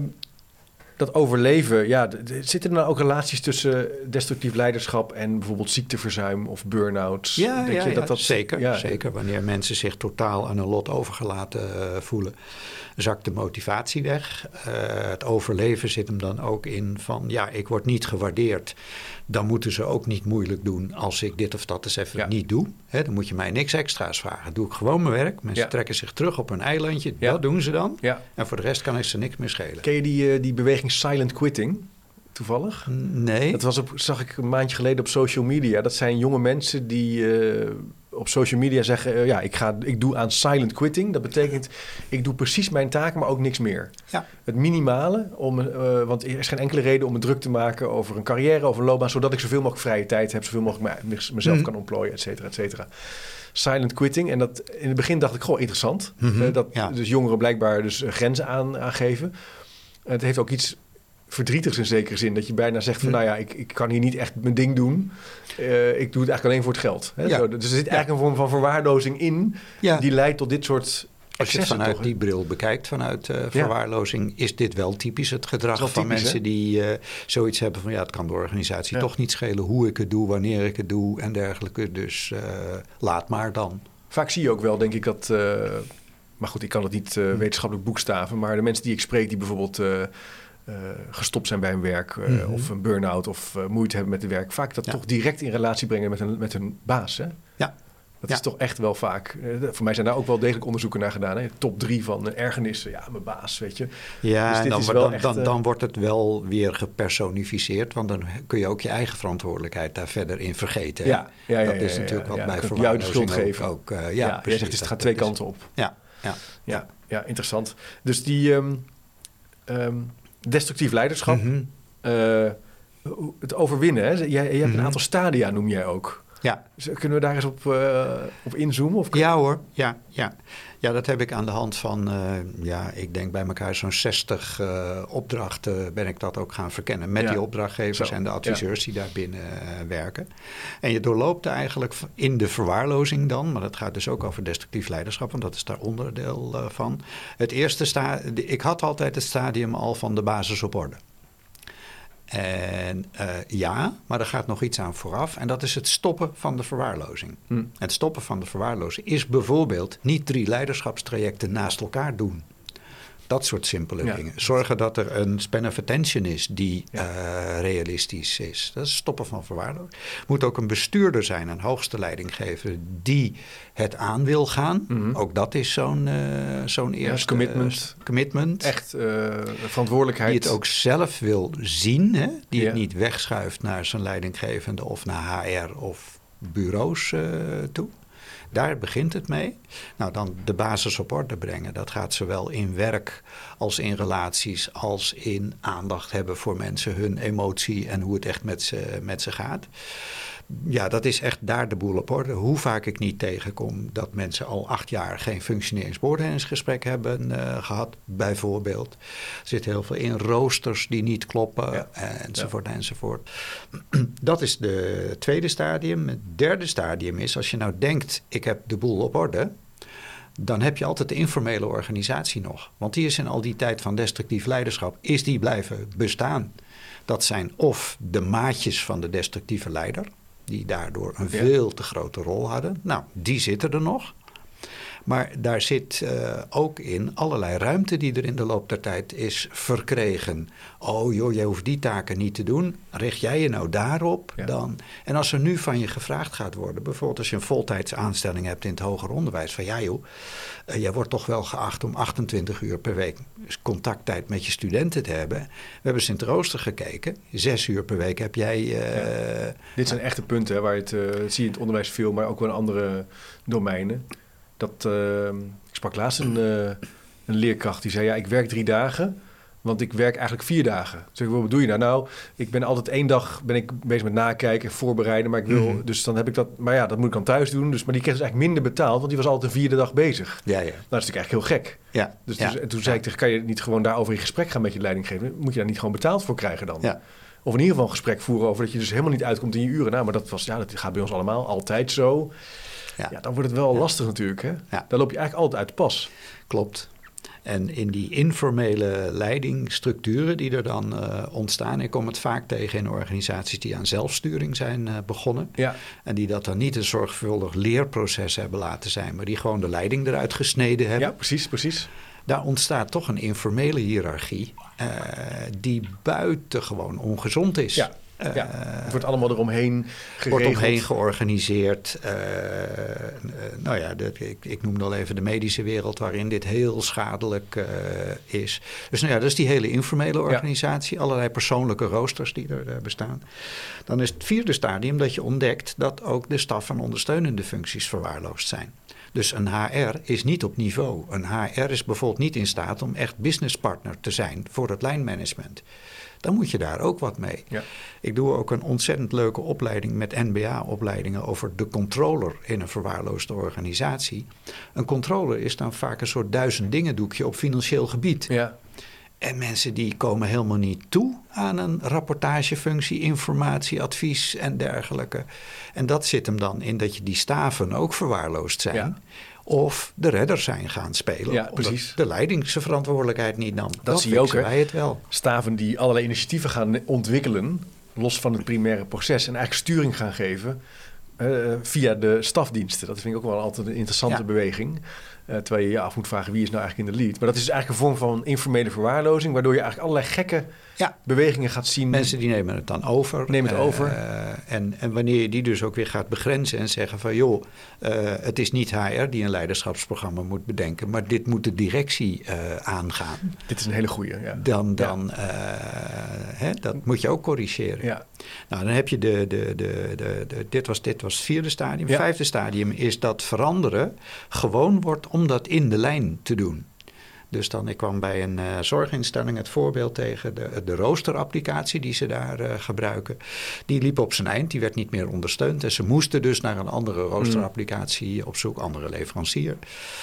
dat overleven, ja, d- d- zitten er nou ook relaties tussen destructief leiderschap en bijvoorbeeld ziekteverzuim of burn-outs? Ja, Denk ja, je dat ja dat, zeker, ja. zeker. Wanneer mensen zich totaal aan hun lot overgelaten uh, voelen, zakt de motivatie weg. Uh, het overleven zit hem dan ook in van, ja, ik word niet gewaardeerd. Dan moeten ze ook niet moeilijk doen als ik dit of dat eens even ja. niet doe. He, dan moet je mij niks extra's vragen. Doe ik gewoon mijn werk. Mensen ja. trekken zich terug op hun eilandje. Ja. Dat doen ze dan. Ja. En voor de rest kan ik ze niks meer schelen. Ken je die, uh, die beweging silent quitting? Toevallig? Nee. Dat was op, zag ik een maandje geleden op social media. Dat zijn jonge mensen die uh, op social media zeggen, uh, ja, ik, ga, ik doe aan silent quitting. Dat betekent, ik doe precies mijn taken, maar ook niks meer. Ja. Het minimale, om, uh, want er is geen enkele reden om me druk te maken over een carrière, over een loopbaan, zodat ik zoveel mogelijk vrije tijd heb, zoveel mogelijk me, mezelf mm. kan ontplooien, et cetera, et cetera. Silent quitting. En dat, in het begin dacht ik, goh, interessant. Mm-hmm. Uh, dat ja. dus jongeren blijkbaar dus uh, grenzen aan, aangeven. Uh, het heeft ook iets verdrietigs in zekere zin. Dat je bijna zegt van, hm. nou ja, ik, ik kan hier niet echt mijn ding doen. Uh, ik doe het eigenlijk alleen voor het geld. Hè? Ja. Zo, dus er zit eigenlijk ja. een vorm van verwaarlozing in, ja. die leidt tot dit soort Als je het vanuit toch, die bril bekijkt, vanuit uh, verwaarlozing, ja. is dit wel typisch het gedrag van typisch, mensen hè? die uh, zoiets hebben van, ja, het kan de organisatie ja. toch niet schelen hoe ik het doe, wanneer ik het doe en dergelijke. Dus uh, laat maar dan. Vaak zie je ook wel, denk ik, dat... Uh, maar goed, ik kan het niet uh, wetenschappelijk boekstaven, maar de mensen die ik spreek die bijvoorbeeld Uh, Uh, gestopt zijn bij hun werk uh, mm-hmm. of een burn-out of uh, moeite hebben met het werk. Vaak dat ja. toch direct in relatie brengen met een, met een baas. Hè? Ja. Dat ja. is toch echt wel vaak... Uh, voor mij zijn daar ook wel degelijk onderzoeken naar gedaan. Hè? Top drie van uh, ergernissen. Ja, mijn baas, weet je. Ja, dus dit dan, is wel dan, echt, dan, uh, dan wordt het wel weer gepersonificeerd. Want dan kun je ook je eigen verantwoordelijkheid daar verder in vergeten. Ja, ja, ja, dat ja, ja, is natuurlijk ja, ja, wat ja, bij verwaarlozing verwaarlozing jou de schuld ook, geven. ook uh, ja, ja, precies. Zegt, dus het gaat twee is, kanten op. Ja, ja, ja, ja, ja interessant. Dus die... Um, um, destructief leiderschap. Mm-hmm. Uh, het overwinnen. Hè? Je, je hebt mm-hmm. een aantal stadia, noem jij ook. Ja. Dus kunnen we daar eens op, uh, op inzoomen? Of ja hoor, ja, ja. Ja, dat heb ik aan de hand van, uh, ja, ik denk bij elkaar zo'n zestig uh, opdrachten ben ik dat ook gaan verkennen. Met ja. die opdrachtgevers Zo. en de adviseurs ja. die daar binnen uh, werken. En je doorloopt eigenlijk in de verwaarlozing dan, maar dat gaat dus ook over destructief leiderschap, want dat is daar onderdeel uh, van. Het eerste sta- ik had altijd het stadium al van de basis op orde. En uh, ja, maar er gaat nog iets aan vooraf. En dat is het stoppen van de verwaarlozing. Hmm. Het stoppen van de verwaarlozing is bijvoorbeeld niet drie leiderschapstrajecten naast elkaar doen. Dat soort simpele ja. dingen. Zorgen dat er een span of attention is die ja. uh, realistisch is. Dat is stoppen van verwaarlozing. Moet ook een bestuurder zijn, een hoogste leidinggever, die het aan wil gaan. Mm-hmm. Ook dat is zo'n, uh, zo'n eerste ja, commitment. Uh, commitment. Echt uh, verantwoordelijkheid. Die het ook zelf wil zien. Hè? Die ja. het niet wegschuift naar zijn leidinggevende of naar H R of bureaus uh, toe. Daar begint het mee. Nou, dan de basis op orde brengen. Dat gaat zowel in werk als in relaties, als in aandacht hebben voor mensen, hun emotie en hoe het echt met ze, met ze gaat. Ja, dat is echt daar de boel op orde. Hoe vaak ik niet tegenkom dat mensen al acht jaar geen functioneringsbeoordelingsgesprek hebben uh, gehad, bijvoorbeeld. Er zit heel veel in roosters die niet kloppen, ja. enzovoort, ja. enzovoort. Dat is de tweede stadium. Het derde stadium is, als je nou denkt, ik heb de boel op orde, dan heb je altijd de informele organisatie nog. Want die is in al die tijd van destructief leiderschap, is die blijven bestaan. Dat zijn of de maatjes van de destructieve leider, die daardoor een veel te grote rol hadden. Nou, die zitten er nog. Maar daar zit uh, ook in allerlei ruimte die er in de loop der tijd is verkregen. Oh joh, jij hoeft die taken niet te doen. Richt jij je nou daarop ja. dan? En als er nu van je gevraagd gaat worden, bijvoorbeeld als je een voltijds aanstelling hebt in het hoger onderwijs, van ja joh, uh, jij wordt toch wel geacht om achtentwintig uur per week contacttijd met je studenten te hebben. We hebben Sint-Rooster gekeken. Zes uur per week heb jij... Uh, ja. Dit zijn echte punten hè, waar je het uh, zie je in het onderwijs veel, maar ook wel in andere domeinen. Dat, uh, ik sprak laatst een, uh, een leerkracht die zei, ja, ik werk drie dagen, want ik werk eigenlijk vier dagen. Toen zeg ik, wat bedoel je nou? Nou, ik ben altijd één dag ben ik bezig met nakijken, voorbereiden, maar ik wil, mm-hmm. dus dan heb ik dat, maar ja, dat moet ik dan thuis doen. Dus, maar die kreeg dus eigenlijk minder betaald, want die was altijd een vierde dag bezig. Ja, ja. Nou, dat is natuurlijk eigenlijk heel gek. Ja. Dus, ja. dus en toen zei ik tegen, kan je niet gewoon daarover in gesprek gaan met je leidinggever? Moet je daar niet gewoon betaald voor krijgen dan? Ja. Of in ieder geval een gesprek voeren over dat je dus helemaal niet uitkomt in je uren. Nou, maar dat was, ja, dat gaat bij ons allemaal altijd zo. Ja. ja, dan wordt het wel ja. lastig natuurlijk. Hè? Ja. Dan loop je eigenlijk altijd uit de pas. Klopt. En in die informele leidingstructuren die er dan uh, ontstaan, ik kom het vaak tegen in organisaties die aan zelfsturing zijn uh, begonnen. Ja. En die dat dan niet een zorgvuldig leerproces hebben laten zijn, maar die gewoon de leiding eruit gesneden hebben. Ja, precies, precies. Daar ontstaat toch een informele hiërarchie uh, die buitengewoon ongezond is. Ja. Ja, het wordt allemaal eromheen geregeld. Wordt omheen georganiseerd. Uh, uh, nou ja, de, ik, ik noemde al even de medische wereld waarin dit heel schadelijk uh, is. Dus nou ja, dat is die hele informele organisatie. Ja. Allerlei persoonlijke roosters die er uh, bestaan. Dan is het vierde stadium dat je ontdekt dat ook de staf en ondersteunende functies verwaarloosd zijn. Dus een H R is niet op niveau. Een H R is bijvoorbeeld niet in staat om echt businesspartner te zijn voor het lijnmanagement. Dan moet je daar ook wat mee. Ja. Ik doe ook een ontzettend leuke opleiding met N B A-opleidingen over de controller in een verwaarloosde organisatie. Een controller is dan vaak een soort duizend dingen doekje op financieel gebied. Ja. En mensen die komen helemaal niet toe aan een rapportagefunctie, informatie, advies en dergelijke. En dat zit hem dan in dat je die staven ook verwaarloosd zijn. Ja. Of de redder zijn gaan spelen. Ja, precies. De leiding zijn verantwoordelijkheid niet nam. Dat, dat zie je ook. Wij het wel. Staven die allerlei initiatieven gaan ontwikkelen, los van het primaire proces, en eigenlijk sturing gaan geven uh, via de stafdiensten. Dat vind ik ook wel altijd een interessante ja. beweging. Uh, terwijl je je af moet vragen wie is nou eigenlijk in de lead. Maar dat is eigenlijk een vorm van informele verwaarlozing, waardoor je eigenlijk allerlei gekke ja. bewegingen gaat zien. Mensen die nemen het dan over. Nemen het uh, over. Uh, en, en wanneer je die dus ook weer gaat begrenzen en zeggen van joh, uh, het is niet H R die een leiderschapsprogramma moet bedenken, maar dit moet de directie uh, aangaan. Dit is een hele goeie. Ja. Dan, dan ja. uh, hè, dat moet je ook corrigeren. Ja. Nou, dan heb je de, de, de, de, de dit, was, dit was het vierde stadium. Het ja. vijfde stadium is dat veranderen gewoon wordt om dat in de lijn te doen. Dus dan, ik kwam bij een uh, zorginstelling het voorbeeld tegen de, de roosterapplicatie die ze daar uh, gebruiken. Die liep op zijn eind, die werd niet meer ondersteund. En ze moesten dus naar een andere roosterapplicatie op zoek, andere leverancier.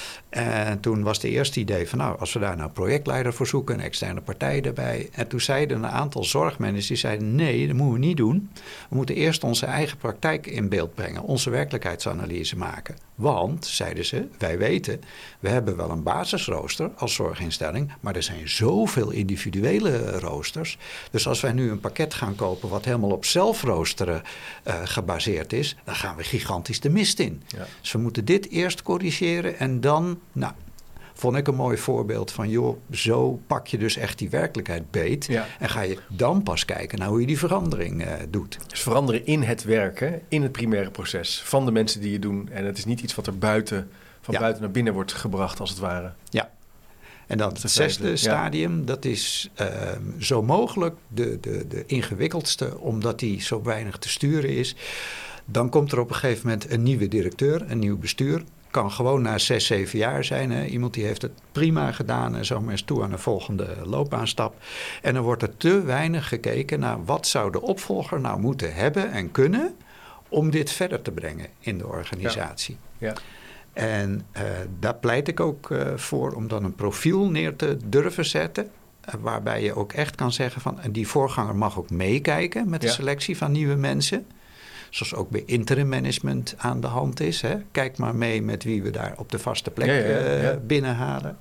En toen was de eerste idee van nou, als we daar nou projectleider voor zoeken, een externe partij erbij. En toen zeiden een aantal zorgmanagers, die zeiden nee, dat moeten we niet doen. We moeten eerst onze eigen praktijk in beeld brengen, onze werkelijkheidsanalyse maken. Want, zeiden ze, wij weten, we hebben wel een basisrooster als zorginstelling, maar er zijn zoveel individuele roosters. Dus als wij nu een pakket gaan kopen wat helemaal op zelfroosteren uh, gebaseerd is, dan gaan we gigantisch de mist in. Ja. Dus we moeten dit eerst corrigeren en dan, nou, vond ik een mooi voorbeeld van joh, zo pak je dus echt die werkelijkheid beet. Ja. En ga je dan pas kijken naar hoe je die verandering uh, doet. Dus veranderen in het werken, in het primaire proces van de mensen die je doen. En het is niet iets wat er buiten, van ja. buiten naar binnen wordt gebracht als het ware. Ja. En dan het zesde stadium, ja. dat is uh, zo mogelijk de, de, de ingewikkeldste, omdat die zo weinig te sturen is. Dan komt er op een gegeven moment een nieuwe directeur, een nieuw bestuur. Kan gewoon na zes, zeven jaar zijn. Hè. Iemand die heeft het prima gedaan en zo maar eens toe aan een volgende loopbaanstap. En dan wordt er te weinig gekeken naar wat zou de opvolger nou moeten hebben en kunnen om dit verder te brengen in de organisatie. Ja. Ja. En uh, daar pleit ik ook uh, voor om dan een profiel neer te durven zetten. Uh, waarbij je ook echt kan zeggen van, en die voorganger mag ook meekijken met de ja. selectie van nieuwe mensen. Zoals ook bij interim management aan de hand is. Hè. Kijk maar mee met wie we daar op de vaste plek ja, ja, ja, ja. Uh, binnenhalen.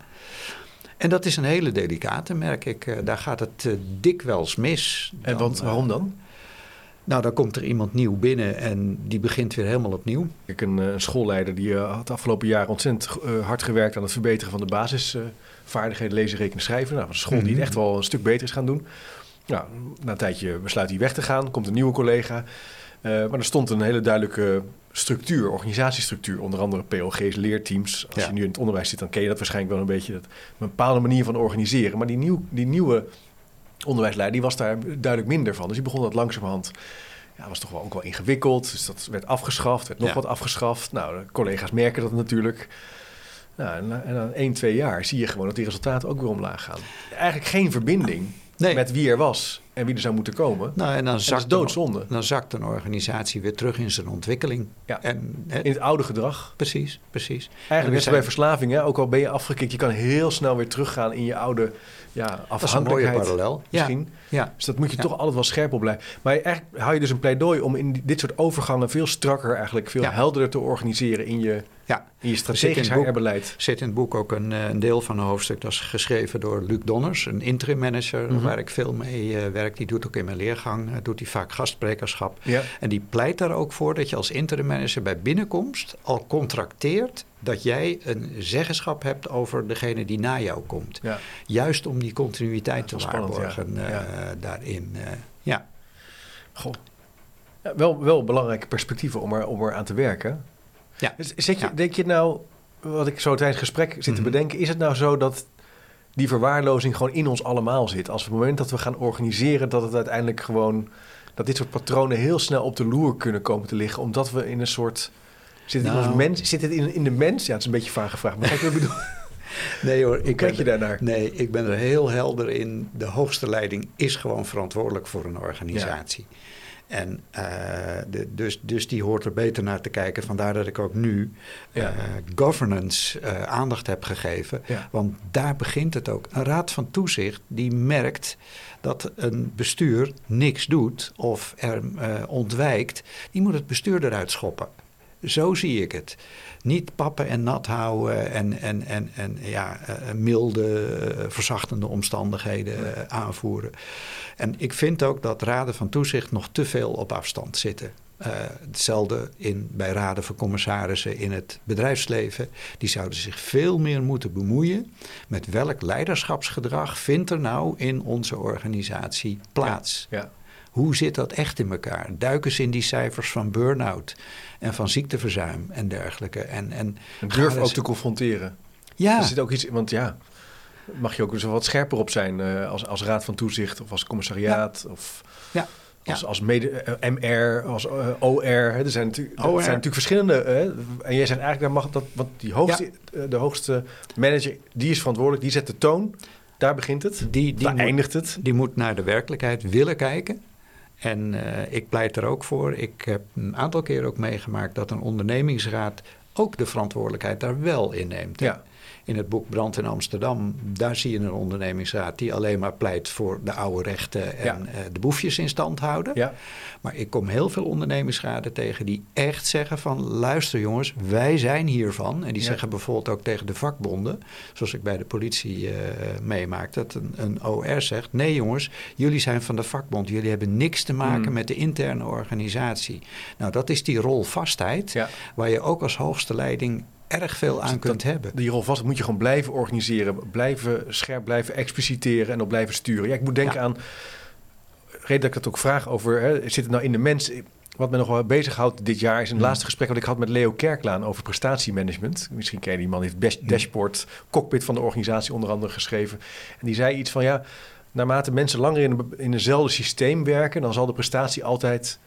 En dat is een hele delicate, merk ik. Uh, daar gaat het uh, dikwijls mis. En dan, want, waarom dan? Nou, dan komt er iemand nieuw binnen en die begint weer helemaal opnieuw. Ik een, een schoolleider die uh, had de afgelopen jaren ontzettend uh, hard gewerkt aan het verbeteren van de basisvaardigheden, uh, lezen, rekenen, schrijven. Nou, een school mm-hmm. die het echt wel een stuk beter is gaan doen. Nou, na een tijdje besluit hij weg te gaan, komt een nieuwe collega. Uh, maar er stond een hele duidelijke structuur, organisatiestructuur. Onder andere P O G's, leerteams. Als ja. je nu in het onderwijs zit, dan ken je dat waarschijnlijk wel een beetje. Dat, een bepaalde manier van organiseren. Maar die, nieuw, die nieuwe onderwijsleider, die was daar duidelijk minder van. Dus die begon dat langzamerhand. Ja, was toch wel ook wel ingewikkeld. Dus dat werd afgeschaft, werd nog ja. wat afgeschaft. Nou, de collega's merken dat natuurlijk. Nou, en, en na één, twee jaar zie je gewoon dat die resultaten ook weer omlaag gaan. Eigenlijk geen verbinding nee. met wie er was en wie er zou moeten komen. Nou, en dan en zakt dat is doodzonde. Een, dan zakt een organisatie weer terug in zijn ontwikkeling. Ja, en, he, in het oude gedrag. Precies, precies. Eigenlijk net zijn... bij verslaving, hè? Ook al ben je afgekikt, je kan heel snel weer teruggaan in je oude ja, afhankelijkheid. Dat is een mooie parallel. Misschien. Ja. Ja. Dus dat moet je ja. toch altijd wel scherp op blijven. Maar eigenlijk hou je dus een pleidooi om in dit soort overgangen veel strakker, eigenlijk veel ja. helderder te organiseren in je, ja. in je strategisch H R-beleid. Er zit in het boek ook een, een deel van een hoofdstuk, dat is geschreven door Luc Donners, een interim manager, mm-hmm. waar ik veel mee uh, werk. Die doet ook in mijn leergang, uh, doet hij vaak gastsprekerschap. Ja. En die pleit daar ook voor dat je als interim manager bij binnenkomst al contracteert dat jij een zeggenschap hebt over degene die na jou komt. Ja. Juist om die continuïteit ja, te waarborgen ja. uh, ja. daarin. Uh, ja. Goh. Ja, wel, wel belangrijke perspectieven om er, om er aan te werken. Ja. Dus zit je, ja. Denk je nou, wat ik zo tijdens het gesprek zit te mm-hmm. bedenken, is het nou zo dat die verwaarlozing gewoon in ons allemaal zit? Als op het moment dat we gaan organiseren, dat het uiteindelijk gewoon, dat dit soort patronen heel snel op de loer kunnen komen te liggen, omdat we in een soort... Zit het, nou, in, ons mens, zit het in, in de mens? Ja, het is een beetje vaag gevraagd. Maar kijk wat ik bedoel. Nee hoor. Hoe kijk je daarnaar? Nee, ik ben er heel helder in. De hoogste leiding is gewoon verantwoordelijk voor een organisatie. Ja. En uh, de, dus, dus die hoort er beter naar te kijken. Vandaar dat ik ook nu uh, ja. governance uh, aandacht heb gegeven. Ja. Want daar begint het ook. Een raad van toezicht die merkt dat een bestuur niks doet of er uh, ontwijkt. Die moet het bestuur eruit schoppen. Zo zie ik het. Niet pappen en nat houden en, en, en, en ja, uh, milde, uh, verzachtende omstandigheden uh, aanvoeren. En ik vind ook dat raden van toezicht nog te veel op afstand zitten. Uh, hetzelfde in, bij raden van commissarissen in het bedrijfsleven. Die zouden zich veel meer moeten bemoeien met welk leiderschapsgedrag vindt er nou in onze organisatie plaats. Ja, ja. Hoe zit dat echt in elkaar? Duiken ze in die cijfers van burn-out en van ziekteverzuim en dergelijke. En, en, en durf ook te confronteren. Ja. Er zit ook iets, want ja, mag je ook eens wat scherper op zijn uh, als, als raad van toezicht of als commissariaat ja. of ja. als, ja. als mede, uh, M R, als uh, O R. Hè. Er zijn natuurlijk, er zijn natuurlijk verschillende. Uh, en jij zegt eigenlijk, mag dat, want die hoogste, ja. uh, de hoogste manager, die is verantwoordelijk, die zet de toon. Daar begint het, die, die daar moet, eindigt het. Die moet naar de werkelijkheid willen kijken. En uh, ik pleit er ook voor. Ik heb een aantal keer ook meegemaakt dat een ondernemingsraad ook de verantwoordelijkheid daar wel in neemt. Ja. In het boek Brand in Amsterdam, daar zie je een ondernemingsraad die alleen maar pleit voor de oude rechten en ja. uh, de boefjes in stand houden. Ja. Maar ik kom heel veel ondernemingsraden tegen die echt zeggen van luister jongens, wij zijn hiervan. En die ja. zeggen bijvoorbeeld ook tegen de vakbonden, zoals ik bij de politie uh, meemaak, dat een, een O R zegt, nee jongens, jullie zijn van de vakbond, jullie hebben niks te maken mm. met de interne organisatie. Nou, dat is die rolvastheid, ja. waar je ook als hoogste leiding erg veel aan kunt dat, hebben. Die rol vast moet je gewoon blijven organiseren, blijven scherp, blijven expliciteren en op blijven sturen. Ja, ik moet denken ja. aan, reden dat ik het ook vraag over, hè, zit het nou in de mens? Wat me nog wel bezighoudt dit jaar is een mm. laatste gesprek wat ik had met Leo Kerklaan over prestatiemanagement. Misschien ken je die man, die heeft het dashboard, cockpit van de organisatie onder andere geschreven. En die zei iets van, ja, naarmate mensen langer in, in eenzelfde systeem werken, dan zal de prestatie altijd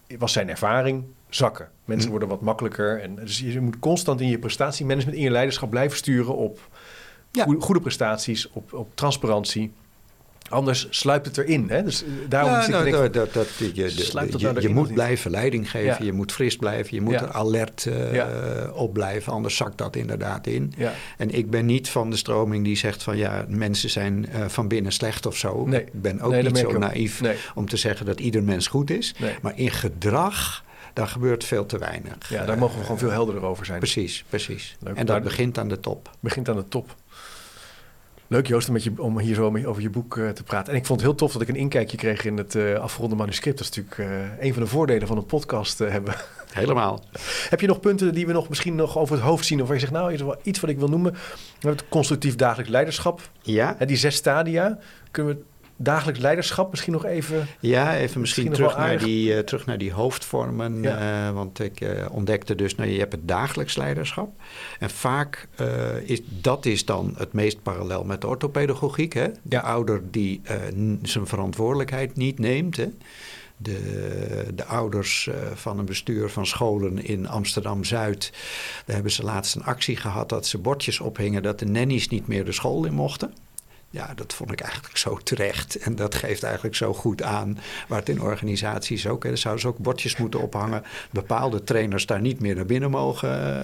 was zijn ervaring, zakken. Mensen Hm. worden wat makkelijker. En dus je moet constant in je prestatiemanagement, in je leiderschap blijven sturen op Ja. goede, goede prestaties, op, op transparantie. Anders sluipt het erin. Hè? Dus daarom Ja, zit nou, ik denk, dat, dat, je, de, sluipt dat je, nou je erin moet of niet? blijven leiding geven, Ja. je moet fris blijven, je moet Ja. er alert uh, Ja. op blijven, anders zakt dat inderdaad in. Ja. En ik ben niet van de stroming die zegt van ja, mensen zijn uh, van binnen slecht of zo. Nee. Ik ben ook Nee, dat niet merk zo ik ook. naïef Nee. om te zeggen dat ieder mens goed is. Nee. Maar in gedrag, daar gebeurt veel te weinig. Ja, daar mogen we gewoon veel helderder over zijn. Precies, precies. Leuk. En dat Daar- begint aan de top. Begint aan de top. Leuk Joost om, met je, om hier zo mee over je boek uh, te praten. En ik vond het heel tof dat ik een inkijkje kreeg in het uh, afgeronde manuscript. Dat is natuurlijk uh, een van de voordelen van een podcast uh, hebben. Helemaal. Heb je nog punten die we nog misschien nog over het hoofd zien? Of waar je zegt, nou, is er wel iets wat ik wil noemen. We hebben het constructief dagelijks leiderschap. Ja. Hè, die zes stadia. Kunnen we dagelijks leiderschap misschien nog even... Ja, even misschien, nog terug, wel naar aardig. die, uh, terug naar die hoofdvormen. Ja. Uh, want ik uh, ontdekte dus, nou, je hebt het dagelijks leiderschap. En vaak uh, is dat is dan het meest parallel met de orthopedagogiek. Hè? De Ja. ouder die uh, n- zijn verantwoordelijkheid niet neemt. Hè? De, de ouders uh, van een bestuur van scholen in Amsterdam-Zuid... daar hebben ze laatst een actie gehad dat ze bordjes ophingen... dat de nannies niet meer de school in mochten. Ja, dat vond ik eigenlijk zo terecht. En dat geeft eigenlijk zo goed aan waar het in organisaties ook... Hè, er zouden ze ook bordjes moeten ophangen. Bepaalde trainers daar niet meer naar binnen mogen.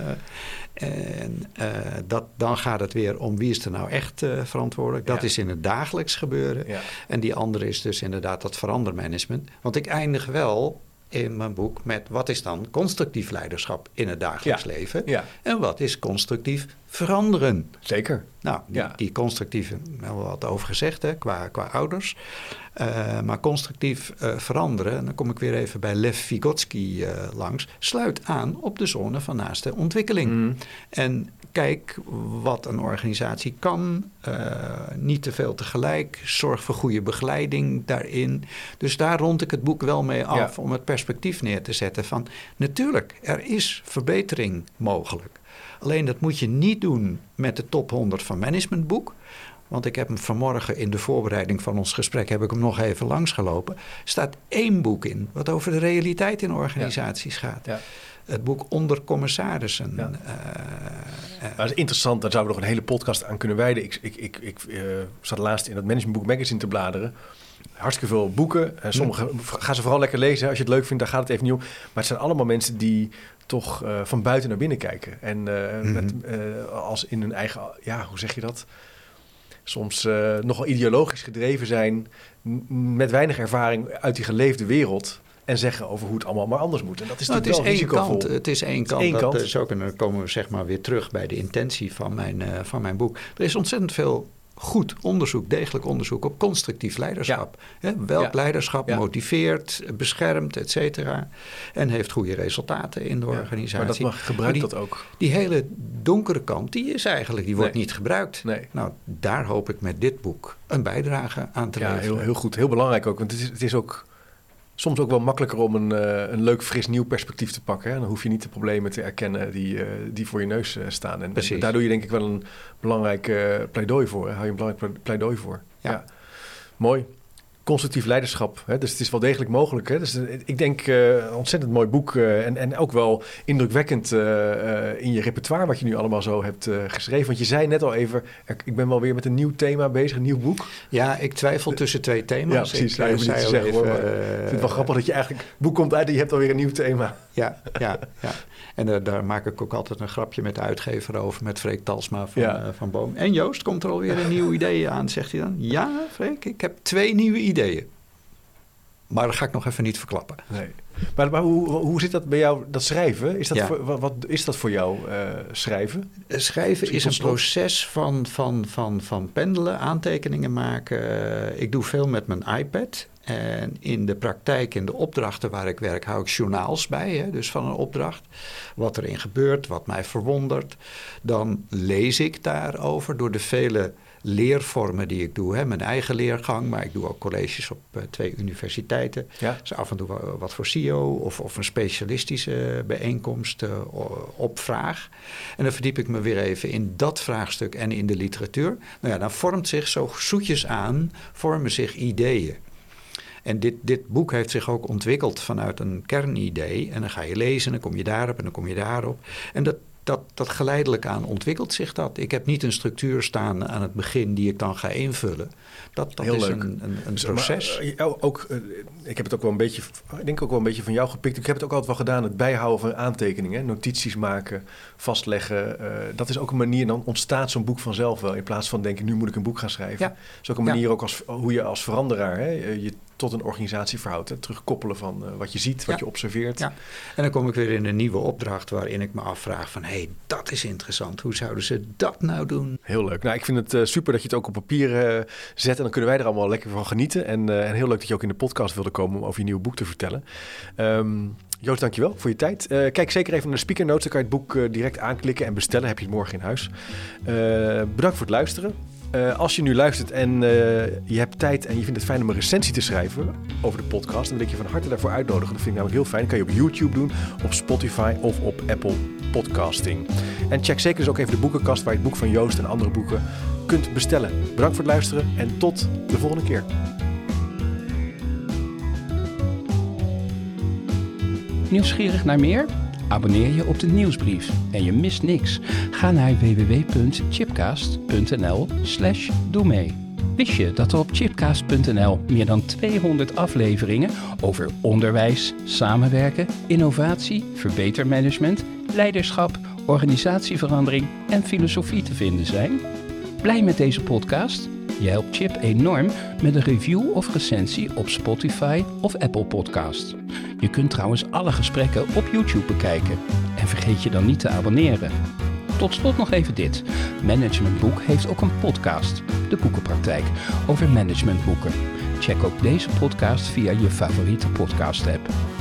En uh, dat, dan gaat het weer om wie is er nou echt uh, verantwoordelijk. Dat Ja. is in het dagelijks gebeuren. Ja. En die andere is dus inderdaad dat verandermanagement. Want ik eindig wel in mijn boek met wat is dan constructief leiderschap in het dagelijks Ja. leven. Ja, En wat is constructief veranderen. zeker. Nou, die, Ja. die constructieve, we hebben wat over gezegd hè, qua, qua ouders. Uh, maar constructief uh, veranderen, en dan kom ik weer even bij Lev Vygotsky uh, langs, sluit aan op de zone van naaste ontwikkeling. Mm. En kijk wat een organisatie kan, uh, niet te veel tegelijk, zorg voor goede begeleiding daarin. Dus daar rond ik het boek wel mee af Ja. om het perspectief neer te zetten van natuurlijk, er is verbetering mogelijk. Alleen dat moet je niet doen met de top honderd van managementboek. Want ik heb hem vanmorgen in de voorbereiding van ons gesprek... heb ik hem nog even langsgelopen. Er staat één boek in wat over de realiteit in organisaties ja. gaat. Ja. Het boek Onder Commissarissen. Ja. Uh, uh, dat is interessant, daar zouden we nog een hele podcast aan kunnen wijden. Ik, ik, ik, ik uh, zat laatst in dat Managementboek Magazine te bladeren. Hartstikke veel boeken. Uh, sommige hm. gaan ze vooral lekker lezen. Als je het leuk vindt, daar gaat het even niet om. Maar het zijn allemaal mensen die toch uh, van buiten naar binnen kijken. En uh, mm-hmm. met, uh, als in hun eigen... Ja, hoe zeg je dat? Soms uh, nogal ideologisch gedreven zijn... M- met weinig ervaring uit die geleefde wereld... en zeggen over hoe het allemaal maar anders moet. En dat is nou, natuurlijk het is wel één risicovol. kant. Het is één kant. Eén dat, kant. Is ook, en dan komen we zeg maar weer terug bij de intentie van mijn, uh, van mijn boek. Er is ontzettend veel goed onderzoek, degelijk onderzoek op constructief leiderschap. Ja. He, welk ja. leiderschap ja. motiveert, beschermt, et cetera. En heeft goede resultaten in de ja, organisatie. Maar dat mag, gebruikt dat ook. Die hele donkere kant, die is eigenlijk, die wordt nee. niet gebruikt. Nee. Nou, daar hoop ik met dit boek een bijdrage aan te ja, leveren. Heel, heel goed, heel belangrijk ook. Want het is, het is ook soms ook wel makkelijker om een, uh, een leuk, fris, nieuw perspectief te pakken. Hè? Dan hoef je niet de problemen te erkennen die, uh, die voor je neus uh, staan. En, en daar doe je denk ik wel een belangrijk uh, pleidooi voor. Hè? Hou je een belangrijk pleidooi voor. Ja. Ja. Mooi. Constructief leiderschap. Hè? Dus het is wel degelijk mogelijk. Hè? Dus, uh, ik denk uh, een ontzettend mooi boek. Uh, en, en ook wel indrukwekkend uh, uh, in je repertoire wat je nu allemaal zo hebt uh, geschreven. Want je zei net al even, ik ben wel weer met een nieuw thema bezig, een nieuw boek. Ja, ik twijfel tussen twee thema's. Ja, precies. Ik, uh, zei niet te zeggen, even, hoor, maar uh, ik vind het wel grappig dat je eigenlijk, het boek komt uit en je hebt alweer een nieuw thema. Ja, ja, ja. En uh, daar maak ik ook altijd een grapje met de uitgever over, met Freek Talsma van, ja. uh, van Boom. En Joost, komt er alweer een nieuw idee aan, zegt hij dan. Ja, Freek, ik heb twee nieuwe ideeën. Maar dat ga ik nog even niet verklappen. Nee. Maar, maar hoe, hoe zit dat bij jou, dat schrijven? Is dat ja. voor, wat, wat is dat voor jou, uh, schrijven? Schrijven is een proces van, van, van, van pendelen, aantekeningen maken. Uh, ik doe veel met mijn iPad. En in de praktijk, in de opdrachten waar ik werk, hou ik journaals bij. Hè, dus van een opdracht. Wat erin gebeurt, wat mij verwondert. Dan lees ik daarover door de vele leervormen die ik doe. Hè. Mijn eigen leergang, maar ik doe ook colleges op uh, twee universiteiten. Ja. Dus af en toe wat voor C I O of, of een specialistische bijeenkomst uh, op vraag. En dan verdiep ik me weer even in dat vraagstuk en in de literatuur. Nou ja, dan vormt zich zo zoetjes aan, vormen zich ideeën. En dit, dit boek heeft zich ook ontwikkeld vanuit een kernidee. En dan ga je lezen en dan kom je daarop en dan kom je daarop. En dat, dat, dat geleidelijk aan ontwikkelt zich dat. Ik heb niet een structuur staan aan het begin die ik dan ga invullen. Dat, dat Heel is leuk. een, een, een proces. Maar, uh, ook, uh, ik heb het ook wel een beetje, ik denk ook wel een beetje van jou gepikt. Ik heb het ook altijd wel gedaan, het bijhouden van aantekeningen, notities maken, vastleggen. Uh, dat is ook een manier, dan ontstaat zo'n boek vanzelf wel. In plaats van denken, nu moet ik een boek gaan schrijven. Ja. Dat is ook een manier ja. ook als, hoe je als veranderaar hè, je tot een organisatie verhoudt. Hè, terugkoppelen van uh, wat je ziet, wat ja. je observeert. Ja. En dan kom ik weer in een nieuwe opdracht waarin ik me afvraag van, hé, hey, dat is interessant. Hoe zouden ze dat nou doen? Heel leuk. Nou, ik vind het uh, super dat je het ook op papier uh, zet. En dan kunnen wij er allemaal lekker van genieten. En, uh, en heel leuk dat je ook in de podcast wilde komen om over je nieuwe boek te vertellen. Um, Joost, dankjewel voor je tijd. Uh, kijk zeker even naar de speaker notes. Dan kan je het boek uh, direct aanklikken en bestellen. Heb je het morgen in huis. Uh, bedankt voor het luisteren. Uh, als je nu luistert en uh, je hebt tijd en je vindt het fijn om een recensie te schrijven over de podcast, dan wil ik je van harte daarvoor uitnodigen. Dat vind ik namelijk heel fijn. Dat kan je op YouTube doen, op Spotify of op Apple Podcasting. En check zeker dus ook even de boekenkast waar je het boek van Joost en andere boeken kunt bestellen. Bedankt voor het luisteren en tot de volgende keer. Nieuwsgierig naar meer? Abonneer je op de nieuwsbrief en je mist niks. Ga naar w w w punt chipcast punt n l slash doe mee. Wist je dat er op chipcast punt n l meer dan tweehonderd afleveringen over onderwijs, samenwerken, innovatie, verbetermanagement, leiderschap, organisatieverandering en filosofie te vinden zijn? Blij met deze podcast? Je helpt Chip enorm met een review of recensie op Spotify of Apple Podcast. Je kunt trouwens alle gesprekken op YouTube bekijken. En vergeet je dan niet te abonneren. Tot slot nog even dit. Management Boek heeft ook een podcast, De Boekenpraktijk, over managementboeken. Check ook deze podcast via je favoriete podcast app.